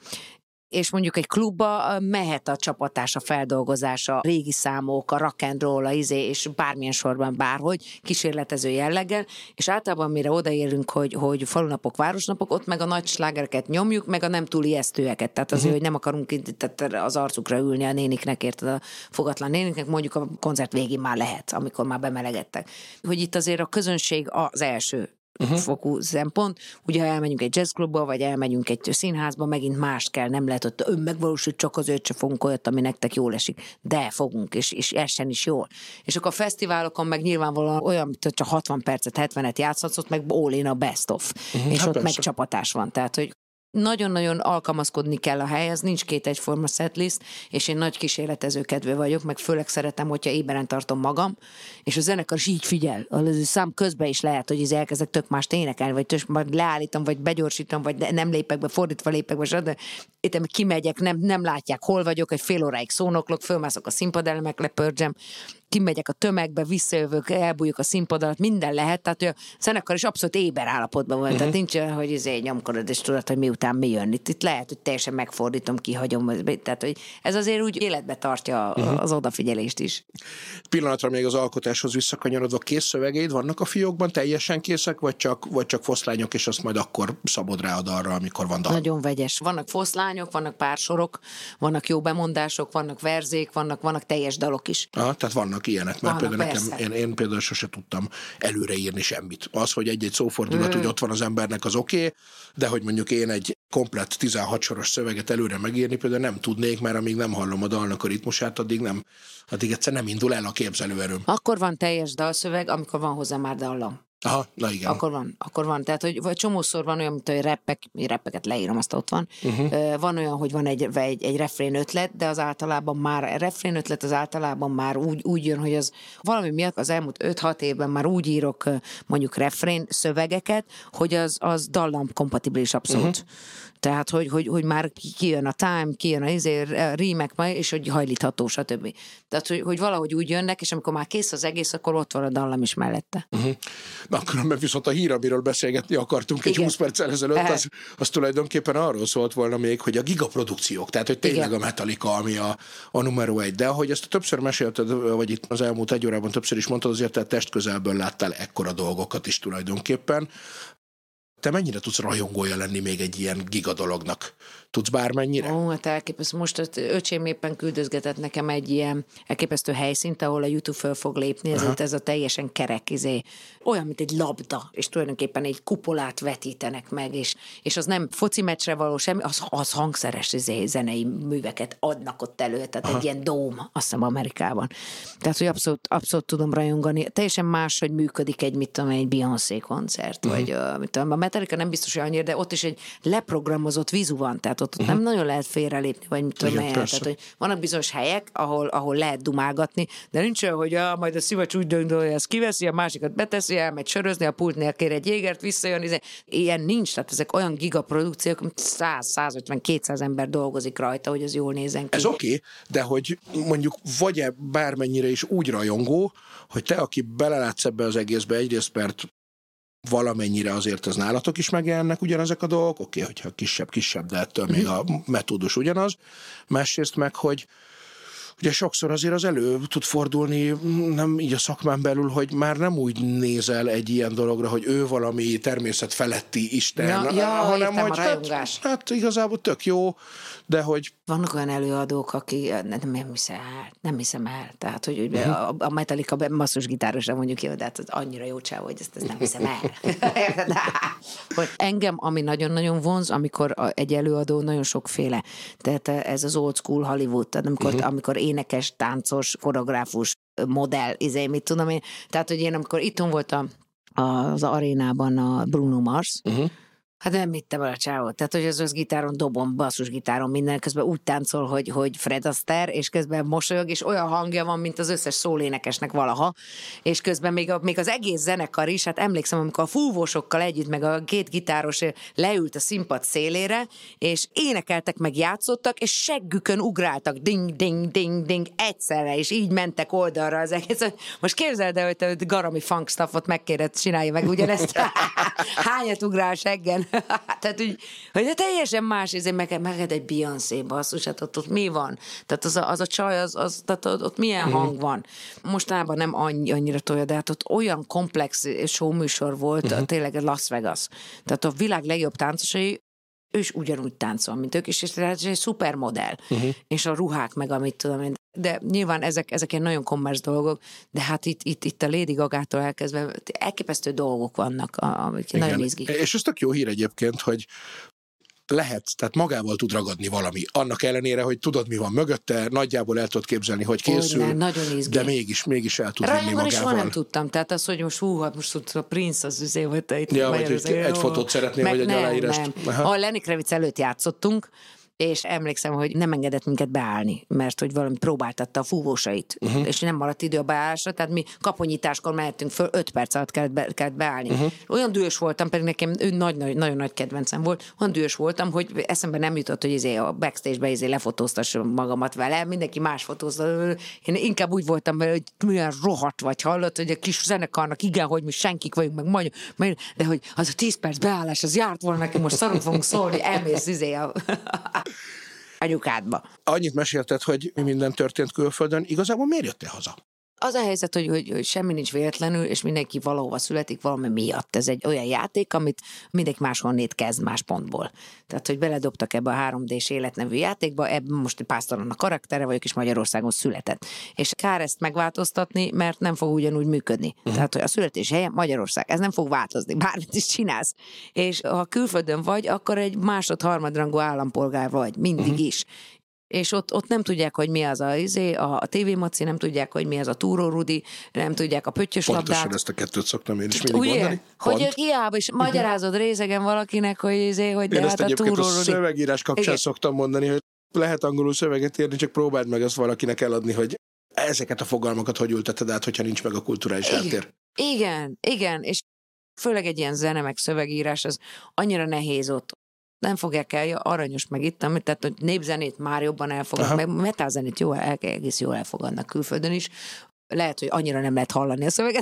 És mondjuk egy klubba mehet a csapatás, a feldolgozása, a régi számok, a rock and roll, a izé, és bármilyen sorban bárhogy, kísérletező jelleggel, és általában mire odaérünk, hogy, hogy falunapok, városnapok, ott meg a nagy slágereket nyomjuk, meg a nem túl ijesztőeket. Tehát azért, uh-huh. hogy nem akarunk tehát az arcukra ülni a néniknek, érted, a fogatlan néniknek, mondjuk a koncert végén már lehet, amikor már bemelegedtek. Hogy itt azért a közönség az első Uh-huh. fokú szempont. Ugye, ha elmegyünk egy jazzklubba, vagy elmegyünk egy színházba, megint mást kell, nem lehet ott megvalósult, csak azért se fogunk olyat, ami nektek jól esik. De fogunk, és, és essen is jól. És akkor a fesztiválokon meg nyilvánvalóan olyan, hogy csak hatvan percet, hetvenet játszhatsz, ott meg all in a best of. Uh-huh. És hát ott persze. meg csapatás van. Tehát, hogy nagyon-nagyon alkalmazkodni kell a helyhez, nincs két egyforma setlist, és én nagy kísérletező kedvű vagyok, meg főleg szeretem, hogyha éberen tartom magam, és a zenekar is így figyel. A szám közben is lehet, hogy elkezdek tök mást énekelni, vagy tök, majd leállítom, vagy begyorsítom, vagy nem lépek be, fordítva lépek be, de itt kimegyek, nem, nem látják, hol vagyok, egy fél óráig szónoklok, fölmászok a színpadelemek, le Pearl Jam, kimegyek a tömegbe, visszajövök, elbújjuk a színpad alatt, minden lehet, tehát hogy a zenekar is abszolút éber állapotban volt, uh-huh. tehát nincs, hogy izé nyomkodod, és tudod, hogy miután mi jön. Itt, itt lehet, hogy teljesen megfordítom, kihagyom, tehát hogy ez azért úgy életbe tartja uh-huh. az odafigyelést is. Pillanatra még az alkotáshoz visszakanyarodva, kész szövegeid vannak a fiókban, teljesen készek, vagy csak, vagy csak foszlányok, és azt majd akkor szabod ráad arra, amikor van dal? Nagyon vegyes. Vannak foszlányok, vannak pársorok, vannak jó bemondások, vannak verzék, vannak, vannak teljes dalok is. Aha, tehát vannak ilyenek, mert vannak, például nekem, én, én például sose tudtam előreírni semmit. Az, hogy egy-egy szófordulat, hogy ott van az embernek, az oké, okay, de hogy mondjuk én egy komplett tizenhat soros szöveget előre megírni például nem tudnék, mert amíg nem hallom a dalnak a ritmusát, addig nem, addig egyszer nem indul el a képzelőerőm. Akkor van teljes dalszöveg, amikor van hozzá már dallam. Aha, na igen. Akkor van, akkor van. Tehát, hogy vagy csomószor van olyan, mint hogy rappek, rappeket leírom, azt ott van. Uh-huh. Van olyan, hogy van egy, egy, egy refrén ötlet, de az általában már, a refrén ötlet az általában már úgy, úgy jön, hogy az valami miatt az elmúlt öt-hat évben már úgy írok mondjuk refrén szövegeket, hogy az, az dallam kompatibilis abszolút. Uh-huh. Tehát, hogy, hogy, hogy már kijön a time, kijön a izé, rímek, és hogy hajlítható, stb. Tehát, hogy, hogy valahogy úgy jönnek, és amikor már kész az egész, akkor ott van a dallam is mellette. Uh-huh. Na, akkor mert viszont a hír, amiről beszélgetni akartunk egy húsz perccel ezelőtt, az, az tulajdonképpen arról szólt volna még, hogy a gigaprodukciók, tehát, hogy tényleg igen. a Metallica, ami a, a numero egy. De ahogy ezt többször mesélted, vagy itt az elmúlt egy órában többször is mondtad, azért te testközelből láttál ekkora dolgokat is tulajdonképpen. Te mennyire tudsz rajongója lenni még egy ilyen gigadolognak? Tudsz bármennyire? Ó, hát elképesztő. Most az öcsém éppen küldözgetett nekem egy ilyen elképesztő helyszínt, ahol a YouTube föl fog lépni, ez, ez a teljesen kerek, izé, olyan, mint egy labda, és tulajdonképpen egy kupolát vetítenek meg, és, és az nem foci meccsre való semmi, az, az hangszeres izé, zenei műveket adnak ott elő, tehát aha. egy ilyen dóm, azt hiszem Amerikában. Tehát, hogy abszolút, abszolút tudom rajongani. Teljesen más, hogy működik egy, mit tudom, egy Beyoncé koncert, uh-huh. vagy uh, mit tudom, a Metallica nem biztos, hogy annyira, de ott is egy leprogramozott vízu van, tehát ott, ott uh-huh. nem nagyon lehet félrelépni, vagy mit tudom, igen, tehát, hogy vannak bizonyos helyek, ahol, ahol lehet dumálgatni, de nincs olyan, hogy ah, majd a szivacs úgy döntő, hogy ezt kiveszi, a másikat beteszi, elmegy sörözni, a pultnél kér egy jégert, visszajön, ilyen nincs, tehát ezek olyan gigaprodukciók, mint száz, százötven, kétszáz ember dolgozik rajta, hogy az jól nézzen ki. Ez oké, okay, de hogy mondjuk vagy-e bármennyire is úgy rajongó, hogy te, aki belelátsz ebbe az egészbe, egyrészt mert valamennyire azért az nálatok is megjelennek ugyanezek a dolgok, oké, okay, hogyha kisebb-kisebb, de ettől még a metódus ugyanaz. Másrészt meg, hogy ugye sokszor azért az elő tud fordulni, nem így a szakmán belül, hogy már nem úgy nézel egy ilyen dologra, hogy ő valami természet feletti isten, ja, ja, hanem értem, hogy hát, hát igazából tök jó, de hogy... Vannak olyan előadók, akik nem, nem hiszem el, nem hiszem el. Tehát, hogy uh-huh. a, a Metallica basszusgitárosra mondjuk jó, de hát az annyira jó csáv, hogy ezt, ezt nem hiszem el. Hogy engem, ami nagyon-nagyon vonz, amikor egy előadó nagyon sokféle. Tehát ez az old school Hollywood, tehát amikor, uh-huh. amikor énekes, táncos, koreográfus, modell, izé, mit tudom én. Tehát, hogy én amikor itthon voltam az arénában a Bruno Mars, uh-huh. hát nem hittem el a csávot. Tehát, hogy az összgitáron dobom, basszusgitáron minden, közben úgy táncol, hogy, hogy Fred Astaire, és közben mosolyog, és olyan hangja van, mint az összes szólénekesnek valaha, és közben még, a, még az egész zenekar is, hát emlékszem, amikor a fúvósokkal együtt, meg a két gitáros leült a színpad szélére, és énekeltek, meg játszottak, és seggükön ugráltak, ding, ding, ding, ding, egyszerre, és így mentek oldalra az egész. Most képzeld el, hogy te Garami Funk Staffot megkéred, csinálja meg ugyanezt. Hányat ugrál seggen? Tehát, hogy, hogy teljesen más, ez meg, meg egy Beyoncé basszus, hát ott, ott mi van? Tehát az a, az a csaj, az, az, tehát ott, ott milyen hang van? Mostanában nem annyi, annyira tolja, de hát ott olyan komplex showműsor volt, uh-huh. tényleg Las Vegas. Tehát a világ legjobb táncosai, ő is ugyanúgy táncol, mint ők, és ez egy szupermodell. Uh-huh. És a ruhák meg, amit tudom én. De nyilván ezek, ezek ilyen nagyon kommersz dolgok, de hát itt, itt, itt a Lady Gagától elkezdve elképesztő dolgok vannak, amik igen. nagyon izgik. És ez tök jó hír egyébként, hogy lehet, tehát magával tud ragadni valami. Annak ellenére, hogy tudod, mi van mögötte, nagyjából el tudod képzelni, hogy készül, Olyan, nagyon izgi. De mégis, mégis el tud Rajban vinni magával. is van, nem tudtam. Tehát az, hogy most hú, hát most a Prince az üzé, hogy te itt ja, vagy egy, egy fotót szeretnél, vagy egy nem, aláírást. Nem. A Lenny Kravitz előtt játszottunk, és emlékszem, hogy nem engedett minket beállni, mert hogy valami próbáltatta a fúvósait, uh-huh. és nem maradt idő a beállásra, tehát mi kaponyításkor mehetünk föl, öt perc alatt kellett, be, kellett beállni. Uh-huh. Olyan dühös voltam, pedig nekem ő nagy, nagy, nagyon nagy kedvencem volt, olyan dühös voltam, hogy eszembe nem jutott, hogy izé a backstage-be izé lefotóztassam magamat vele, mindenki más fotózta. Én inkább úgy voltam vele, hogy milyen rohadt vagy, hallott, hogy a kis zenekarnak, igen, hogy mi senkik vagyunk, meg magyar, de hogy az a tíz perc beállás, az járt volna neki, most szarul fogunk szólni, elmész izé a anyukádba. Annyit mesélted, hogy minden történt külföldön, igazából miért jöttél haza? Az a helyzet, hogy, hogy, hogy semmi nincs véletlenül, és mindenki valahova születik valami miatt. Ez egy olyan játék, amit mindenki máshonnét kezd más pontból. Tehát, hogy beledobtak ebbe a három dés életnevű játékba, ebben most egy pásztoron a karaktere vagyok, és Magyarországon született. És kár ezt megváltoztatni, mert nem fog ugyanúgy működni. Uh-huh. Tehát, hogy a születés helye Magyarország, ez nem fog változni, bármit is csinálsz. És ha külföldön vagy, akkor egy másod-harmadrangú állampolgár vagy, mindig uh-huh. is. És ott, ott nem tudják, hogy mi az a, izé, a, a tévémaci, nem tudják, hogy mi az a Túró Rudi, nem tudják a pöttyös labdát. Pontosan ezt a kettőt szoktam én is mindig ugye, mondani. Hogy hiába is magyarázod részegen valakinek, hogy, izé, hogy de én hát a Túró Rudi. Én ezt egyébként a szövegírás kapcsán igen. szoktam mondani, hogy lehet angolul szöveget írni, csak próbáld meg azt valakinek eladni, hogy ezeket a fogalmakat hogy ülteted át, hogyha nincs meg a kulturális háttér. Igen, igen, és főleg egy ilyen zene meg szövegírás, az annyira nehéz ott. Nem fogják el, aranyos meg itt, tehát hogy népzenét már jobban elfogadnak, meg metalzenét jó, el, egész jól elfogadnak külföldön is. Lehet, hogy annyira nem lehet hallani a szöveget.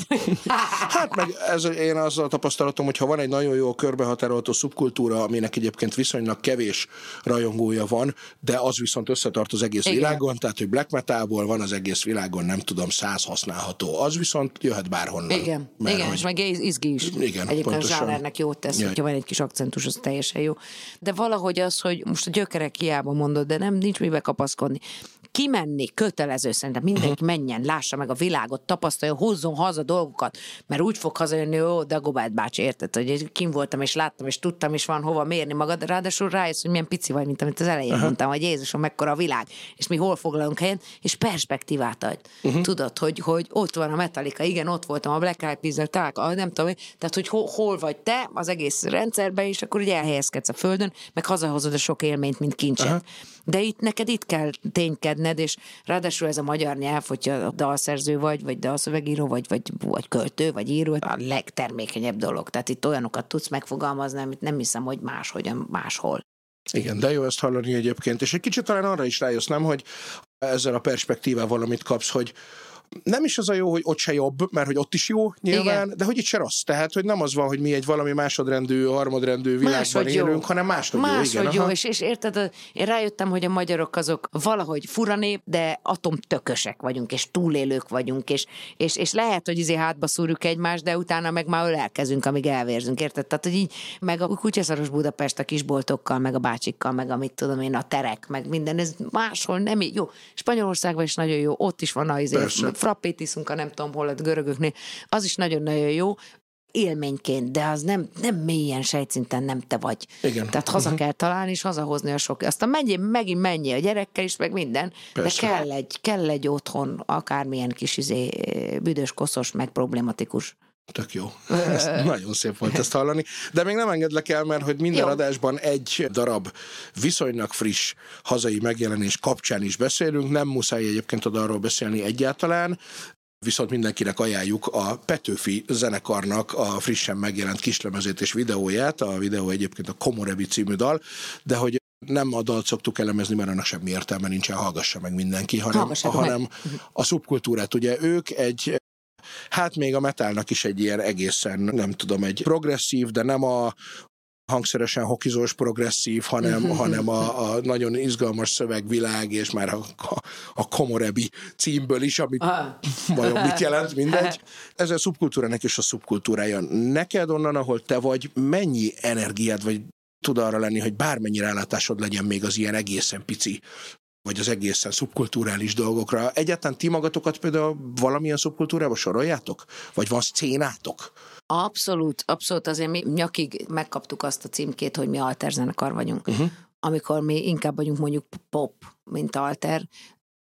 Hát meg ez, én azzal tapasztalatom, hogy ha van egy nagyon jó körbehatárolható szubkultúra, aminek egyébként viszonylag kevés rajongója van, de az viszont összetart az egész igen. világon, tehát hogy black metalból van az egész világon, nem tudom, száz használható. Az viszont jöhet bárhonnan. Igen, igen, hogy... és meg izgi is. Igen, egyébként a zsánernek jót tesz, hogyha van egy kis akcentus, az teljesen jó. De valahogy az, hogy most a gyökerek hiába mondod, de nem nincs mibe kapaszkodni. Kimenni kötelező, szerintem mindenki menjen, lássa meg a világot, tapasztalja, hozzon haza dolgokat, mert úgy fog hazajönni, ó, Dagobát bácsi, érted, hogy kim voltam, és láttam, és tudtam, és van hova mérni magad, ráadásul rájössz, hogy milyen pici vagy, mint amit az elején uh-huh. mondtam, hogy Jézusom, mekkora a világ, és mi hol foglalunk helyen, és perspektívát ad. Uh-huh. Tudod, hogy, hogy ott van a Metallica, igen, ott voltam a Black Eyed Peas-zel, találkozom, nem tudom, tehát, hogy hol, hol vagy te az egész rendszerben, és akkor ugye elhelyezkedsz a földön, meg hazahozod a sok élményt, mint kincset. Uh-huh. De itt neked itt kell ténykedned, és ráadásul ez a magyar nyelv, hogyha dalszerző vagy, vagy dalszövegíró, vagy, vagy, vagy költő, vagy író, a legtermékenyebb dolog. Tehát itt olyanokat tudsz megfogalmazni, amit nem hiszem, hogy máshogyan, máshol. Igen, de jó ezt hallani egyébként. És egy kicsit talán arra is rájössz, nem, hogy ezzel a perspektívával valamit kapsz, hogy nem is az a jó, hogy ott se jobb, mert hogy ott is jó nyilván, igen. de hogy itt se rossz. Tehát, hogy nem az van, hogy mi egy valami másodrendű, harmadrendű világban máshogy élünk, jó. hanem máshogy, máshogy jó. Igen, jó, és, és érted, én rájöttem, hogy a magyarok azok valahogy fura nép, de atomtökösek vagyunk, és túlélők vagyunk, és, és, és lehet, hogy izé hátba szúrjuk egymást, de utána meg már ölelkezünk, amíg elvérzünk, érted? Tehát, hogy így, meg a kutyaszaros Budapest a kisboltokkal, meg a bácsikkal, meg amit tudom én, a terek, meg minden, ez máshol nem így jó. Spanyolországban is nagyon jó, ott is van az frappét iszunk, a nem tudom hol, a görögöknél, az is nagyon-nagyon jó élményként, de az nem, nem mélyen sejtszinten nem te vagy. Igen. Tehát haza kell találni, és hazahozni a sok. Aztán menjél, megint menjél a gyerekkel is, meg minden, persze. de kell egy, kell egy otthon, akármilyen kis izé, büdös, koszos, meg problématikus. Tök jó. Ezt nagyon szép volt ezt hallani. De még nem engedlek el, mert hogy minden jó. adásban egy darab viszonylag friss hazai megjelenés kapcsán is beszélünk. Nem muszáj egyébként oda arról beszélni egyáltalán, viszont mindenkinek ajánljuk a Petőfi zenekarnak a frissen megjelent kislemezét és videóját. A videó egyébként a Komorebi című dal, de hogy nem a dalt szoktuk elemezni, mert annak semmi értelme nincsen, hallgassa meg mindenki, hanem, hanem meg. a szubkultúrát. Ugye ők egy hát még a metalnak is egy ilyen egészen, nem tudom, egy progresszív, de nem a hangszeresen hokizós progresszív, hanem, hanem a, a nagyon izgalmas szövegvilág, és már a, a, a Komorebi címből is, amit vajon mit jelent, mindegy. Ez a szubkultúrának is a szubkultúrája. Neked onnan, ahol te vagy, mennyi energiád, vagy tud arra lenni, hogy bármennyi rálátásod legyen még az ilyen egészen pici vagy az egészen szubkulturális dolgokra. Egyáltalán ti magatokat például valamilyen szubkultúrába soroljátok? Vagy van szcénátok? Abszolút, abszolút. Azért mi nyakig megkaptuk azt a címkét, hogy mi alterzenekar vagyunk. Uh-huh. Amikor mi inkább vagyunk mondjuk pop, mint alter,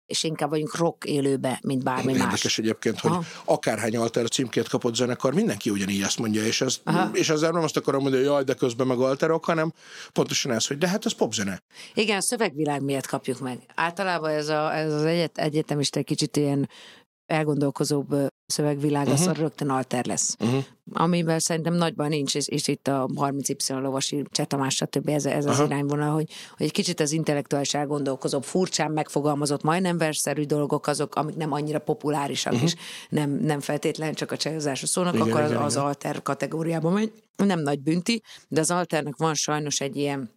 és inkább vagyunk rock élőbe, mint bármi Érdekes más. Érdekes egyébként, hogy Aha. akárhány alter címkét kapott zenekar, mindenki ugyanígy ezt mondja, és, ez, és ezzel nem azt akarom mondani, hogy jaj, de közben meg alterok, hanem pontosan ez, hogy de hát ez popzene. Igen, a szövegvilág miatt kapjuk meg. Általában ez, a, ez az egyet, egyetemista egy kicsit ilyen elgondolkozóbb szövegvilág, uh-huh. az rögtön alter lesz. Uh-huh. Amiben szerintem nagyban nincs, és, és itt a harminc Y lovasi Csetamás, stb. Ez, ez az irányvonal, hogy, hogy egy kicsit az intellektuális elgondolkozóbb, furcsán megfogalmazott, majdnem versszerű dolgok azok, amik nem annyira populárisak, uh-huh. és nem, nem feltétlenül csak a csehozásra szólnak, igen, akkor igen, az, az alter kategóriába megy. Nem nagy bünti, de az alternek van sajnos egy ilyen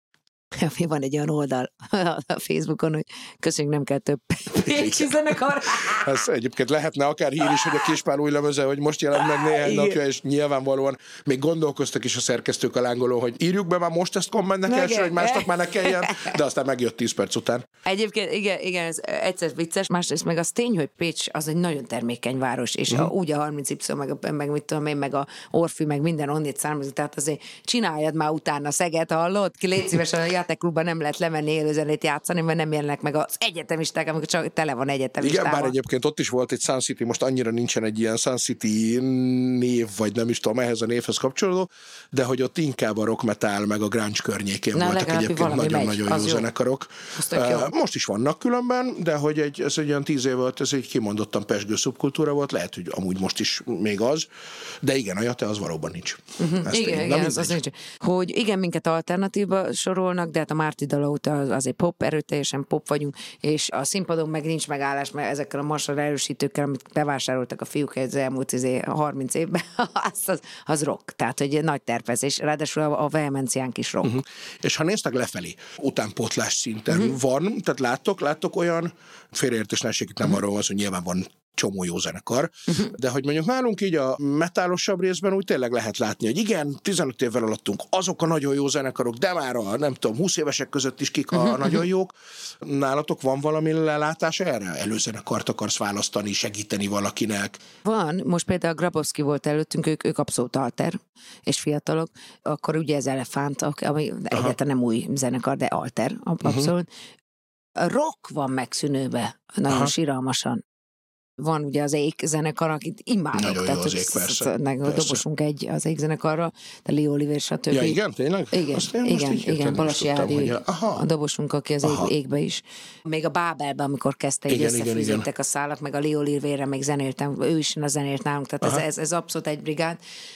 van egy olyan oldal a Facebookon, hogy köszönjük, nem kell több pécsi zenekar. Ez egyébként lehetne akár hír is, hogy a Kispál új lemeze, hogy most jelent meg néhány napja, és nyilvánvalóan még gondolkoztak is a szerkesztők a lángoló, hogy írjuk be már most ezt kommentnek első, hogy másnak már ne kelljen, de aztán megjött tíz perc után. Egyébként igen, igen, ez egyszer vicces, másrészt meg az tény, hogy Pécs az egy nagyon termékeny város, és mm. a, úgy a harminc Y, meg, meg mit tudom én, meg a Orfű, meg minden onnét származik, tehát azért csináljad már utána Szeget, hallott? Ki légy szíves, a játékklubban nem lehet lemenni élőzenét játszani, mert nem jelennek meg az egyetemisták, amikor csak tele van egyetemistával. Igen, bár egyébként ott is volt egy Sun City, most annyira nincsen egy ilyen Sun City név, vagy nem is tudom, ehhez a névhez kapcsolódó, de hogy ott inkább a rock metal, meg a grunge környékén Na, voltak egyébként nagyon-nagyon jó, jó zenekarok. Jó. Most is vannak különben, de hogy egy, ez egy olyan tíz év volt, ez egy kimondottan pezsgő szubkultúra volt, lehet, hogy amúgy most is még az, de igen, a Jate az valóban nincs. Uh-huh. Igen, igen az, az nincs. Hogy igen, minket alternatívba sorolnak, de hát a Márti dala óta azért pop, erőteljesen pop vagyunk, és a színpadon meg nincs megállás, mert ezekkel a marsal erősítőkkel, amit bevásároltak a fiúk az elmúlt harminc évben, az, az, az rock. Tehát, hogy nagy tervezés, ráadásul a, a vehemenciánk is rock. Uh-huh. És ha néztek lefelé, utánpótlás szinten uh-huh. van, tehát láttok, láttok olyan félreértés ne esik, itt nem uh-huh. arról van, hogy nyilván van csomó jó zenekar, uh-huh. de hogy mondjuk nálunk így a metálosabb részben úgy tényleg lehet látni, hogy igen, tizenöt évvel alattunk azok a nagyon jó zenekarok, de már a nem tudom, húsz évesek között is kik a uh-huh. nagyon jók. Nálatok van valami lelátás erre? Előzenekart akarsz választani, segíteni valakinek? Van, most például Grabowski volt előttünk, ők, ők abszolút alter, és fiatalok, akkor ugye ez Elefánt, ami egyáltalán nem új zenekar, de alter, abszolút. Uh-huh. A rock van megszűnőbe, nagyon Aha. síralmasan. Van ugye az Ék zenekar, akit imádok. Nagyon tehát, jó az Ék, persze. persze. Dobosunk egy az Ék zenekarra, de Lee Oliver, stb. Ja, igen, tényleg? Igen, igen, igen Balasi Ádi, a, a dobosunk, aki az Aha. Égbe is. Még a Bábelben, amikor kezdte, így összefűződtek a szálak, meg a Lee Oliverre még zenéltem, ő is zenélt nálunk, tehát ez, ez, ez abszolút egy brigád.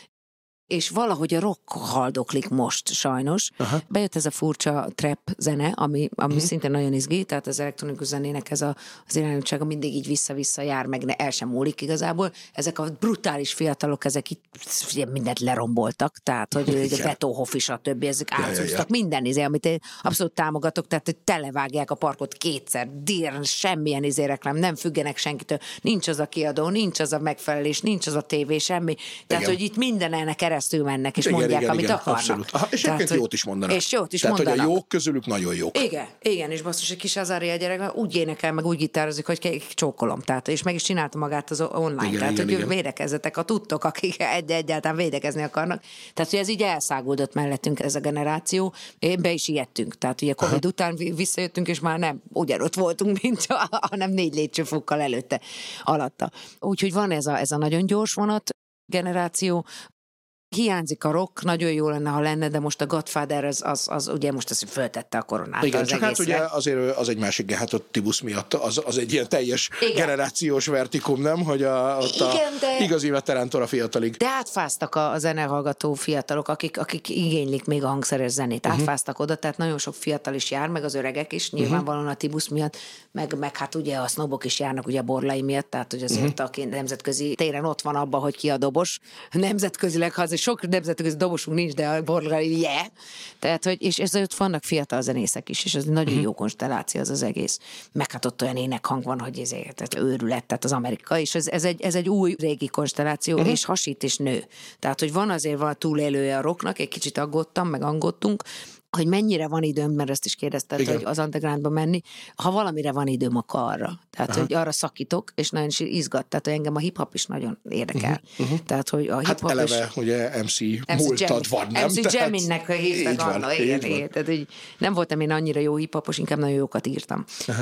És valahogy a rock haldoklik most sajnos. Aha. Bejött ez a furcsa trap zene, ami, ami uh-huh. szintén nagyon izgi, tehát az elektronikus zenének ez a, az irányultsága mindig így vissza-vissza jár, meg ne, el sem múlik igazából. Ezek a brutális fiatalok, ezek itt mindent leromboltak, tehát hogy a Beethoven is, a többi, ezek ja, átszúztak, ja, ja. minden izé, amit én abszolút támogatok, tehát hogy televágják a parkot kétszer, dír, semmilyen izé reklám, nem függenek senkitől, nincs az a kiadó, nincs az a megfelelés, nincs az a tévé, semmi. Tehát, igen. hogy itt minden ennek keresztül mennek, és igen, mondják, igen, amit igen, akarnak. Aha, és egyébként jót is mondanak. És jót is Tehát, mondanak. hogy a jók közülük nagyon jók. Igen, igen, és basszus, egy kis Azaria gyerek úgy énekel, meg úgy gitározik, hogy csókolom. Tehát, és meg is csinálta magát az online. Igen, tehát, igen, hogy igen. védekezzetek, a tudtok, akik egy egyáltalán védekezni akarnak. Tehát, hogy ez így elszáguldott mellettünk ez a generáció. Én be is ijedtünk. Tehát, ugye Covid Aha. után visszajöttünk, és már nem ugyanott voltunk, mint hanem négy lépcsőfokkal előtte, alatta. Úgyhogy van ez a, ez a nagyon gyors vonat generáció. Hiányzik a rock, nagyon jó lenne, ha lenne, de most a Godfather az, az, az ugye most azt föltette a koronát. Igen, az csak egészre. Hát ugye azért az egy másik, hát a Tibusz miatt az, az egy ilyen teljes igen. generációs vertikum, nem? Hogy a, ott igen, a de... igazi veterántól a fiatalig. De átfáztak a, a zenehallgató fiatalok, akik, akik igénylik még a hangszeres zenét, uh-huh. átfáztak oda, tehát nagyon sok fiatal is jár, meg az öregek is, nyilvánvalóan a Tibusz miatt, meg, meg hát ugye a sznobok is járnak ugye a Borlai miatt, tehát hogy azért uh-huh. aki nemzetközi téren ott van abban, hogy ki a dobos. Nemzetközileg, ha az sok nemzetközi dobosunk nincs, de a Borlai yeah. Tehát, hogy, és ezért vannak fiatal zenészek is, és ez nagyon uh-huh. jó konstelláció az az egész. Meg hát ott olyan énekhang van, hogy ezért tehát őrület, tehát az Amerika, és ez, ez, egy, ez egy új régi konstelláció, uh-huh. és hasít és nő. Tehát, hogy van azért van túlélője a rocknak, egy kicsit aggódtam, meg aggódtunk, hogy mennyire van időm, mert ezt is kérdezted, igen. hogy az undergroundba menni, ha valamire van időm, akkor arra. Tehát, Aha. hogy arra szakítok, és nagyon is izgat. Tehát, hogy engem a hip-hop is nagyon érdekel. Uh-huh. Uh-huh. Tehát, hogy a hip-hop hát eleve, is... ugye em cé múltad van, nem? em cé Jaminnek hívtak annak. Igen, igen. Tehát, hogy nem voltam én annyira jó hip-hopos, inkább nagyon jókat írtam. Uh-huh.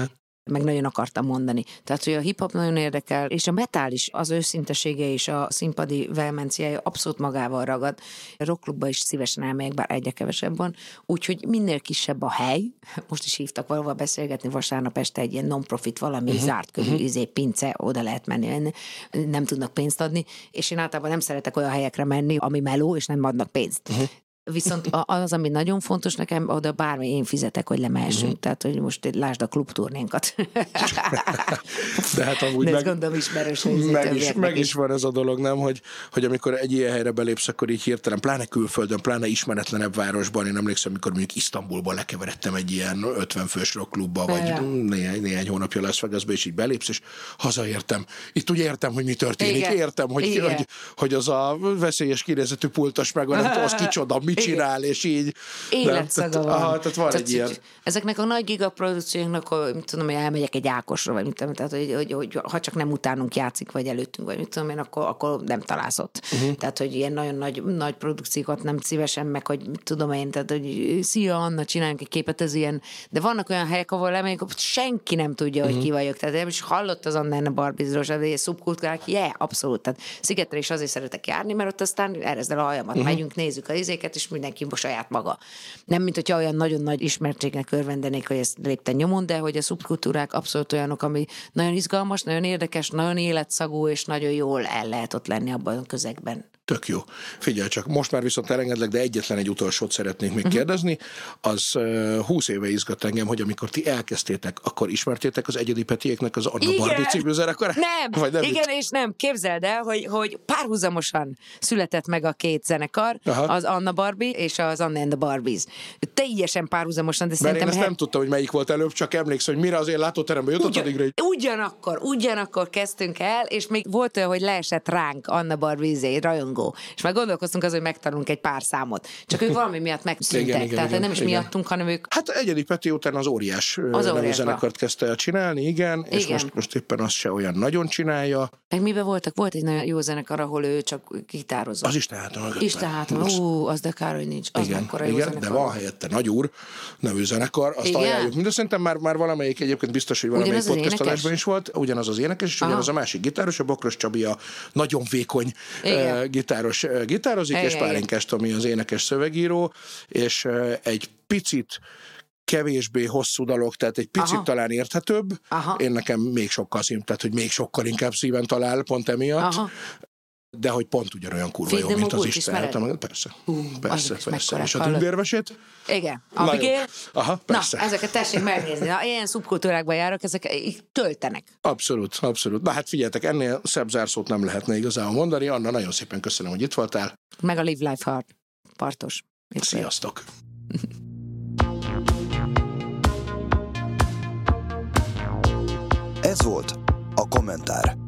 meg nagyon akartam mondani. Tehát, hogy a hip-hop nagyon érdekel, és a metal is, az őszintesége és a színpadi vehemenciája abszolút magával ragad. A rockklubba is szívesen elmegyek, bár egyre kevesebb van, úgyhogy minél kisebb a hely. Most is hívtak valahol beszélgetni vasárnap este egy ilyen non-profit valami uh-huh. zárt körül, uh-huh. izé, pince, oda lehet menni, nem tudnak pénzt adni, és én általában nem szeretek olyan helyekre menni, ami meló, és nem adnak pénzt. Uh-huh. Viszont az, ami nagyon fontos nekem, oda bármi én fizetek, hogy lemehessünk. Uh-huh. Tehát, hogy most lásd a klubturnénkat. De hát amúgy De meg, gondolom ismerős, meg, is, meg is van ez a dolog, nem, hogy, hogy amikor egy ilyen helyre belépsz, akkor így hirtelen, pláne külföldön, pláne ismeretlenebb városban, én emlékszem, amikor mondjuk Isztambulban lekeveredtem egy ilyen ötven fős rockklubba, vagy ja. néhány, néhány hónapja Las Vegasba, és így belépsz, és hazaértem. Itt úgy értem, hogy mi történik. Igen. Értem, hogy, hogy, hogy az a veszélyes kinézetű pultos meg van, az kicsoda, mit csinál, és így... Életszaga van. Aha, tehát van tehát, egy ilyen... Ezeknek a nagy gigaprodukcióknak, hogy mit tudom, hogy elmegyek egy Ákosra, vagy mit tudom, tehát, hogy, hogy, hogy ha csak nem utánunk játszik, vagy előttünk, vagy mit tudom én, akkor, akkor nem találsz ott. Uh-huh. Tehát, hogy ilyen nagyon nagy, nagy produkciókat nem szívesen, meg, hogy mit tudom én, tehát, hogy szia, Anna, csináljunk egy képet, ez ilyen, de vannak olyan helyek, ahol lemegyek, senki nem tudja, uh-huh. hogy ki vagyok. Tehát én is hallott az Anna Barbizról, de egy szubkultúrák, yeah, abszolút. Tehát Szigetre is azért szeretek járni, mert ott aztán erezd el a hajamat, uh-huh. megyünk, nézzük az izéket, és mindenki saját maga. Nem, mint hogyha olyan nagyon nagy ismertségnek örvendenék, hogy ezt lépten nyomon, de hogy a szubkultúrák abszolút olyanok, ami nagyon izgalmas, nagyon érdekes, nagyon életszagú, és nagyon jól el lehet ott lenni abban a közegben. Tök jó. Figyelj csak, most már viszont elengedlek, de egyetlen egy utolsót szeretnék még uh-huh. kérdezni. Az uh, húsz éve izgat engem, hogy amikor ti elkezdtétek, akkor ismertétek az Egyedi Petieknek az Anna Barbie című zenekarát? Nem, Vagy nem igen itt? És nem. Képzeld el, hogy, hogy párhuzamosan született meg a két zenekar, aha. az Anna Barbie és az Anna and the Barbies. Teljesen párhuzamosan, de Mert szerintem... én ezt he... nem tudtam, hogy melyik volt előbb, csak emlékszem, hogy mire az én látóteremben jutott Ugyan, addigra. Ugyanakkor, ugyanakkor kezdtünk el, és még volt olyan, hogy leesett ránk Anna Barbie rajongó. És már gondolkoztunk az, hogy megtanulunk egy pár számot. Csak ők valami miatt megszűntek. Igen, igen, tehát igen, nem is igen. miattunk, hanem ők... Hát Egyedi Peti után az Óriás, az nevű zenekart kezdte el csinálni, igen, igen. És most, most éppen azt se olyan nagyon csinálja. Meg miben voltak? Volt egy nagyon jó zenekar, ahol ő csak gitározott. Az Istenháton. Istenháton, ú, az de kár, hogy nincs. Az igen, mekkora igen, jó zenekar. De van helyette Nagy Úr nevű zenekar, azt igen? ajánljuk. Minden szerintem már, már valamelyik egyébként biztos, hogy valamelyik podcast adásban is volt, ugyanaz az énekes, és ugyanaz a másik gitáros, a Bokros Csabi a nagyon vékony uh, gitáros uh, gitározik, igen, és Pálinkás Tomi az énekes szövegíró, és uh, egy picit kevésbé hosszú dalok, tehát egy picit aha. talán érthetőbb. Aha. Én nekem még sokkal szín, tehát hogy még sokkal inkább szíven talál pont emiatt. Aha. De hogy pont ugyanolyan kurva jó, mint az Isten. Persze, uh, persze, persze. És a Tündérvesét? Igen. Abigail? Aha, persze. Na, ezeket tessék megnézni. Na, ilyen szubkultúrákban járok, ezek töltenek. Abszolút, abszolút. Na hát figyeljetek, ennél szebb zárszót nem lehetne igazából mondani. Anna, nagyon szépen köszönöm, hogy itt voltál. Meg a Live Life Hard. Partos. Sziasztok. Ez volt a Kommentár.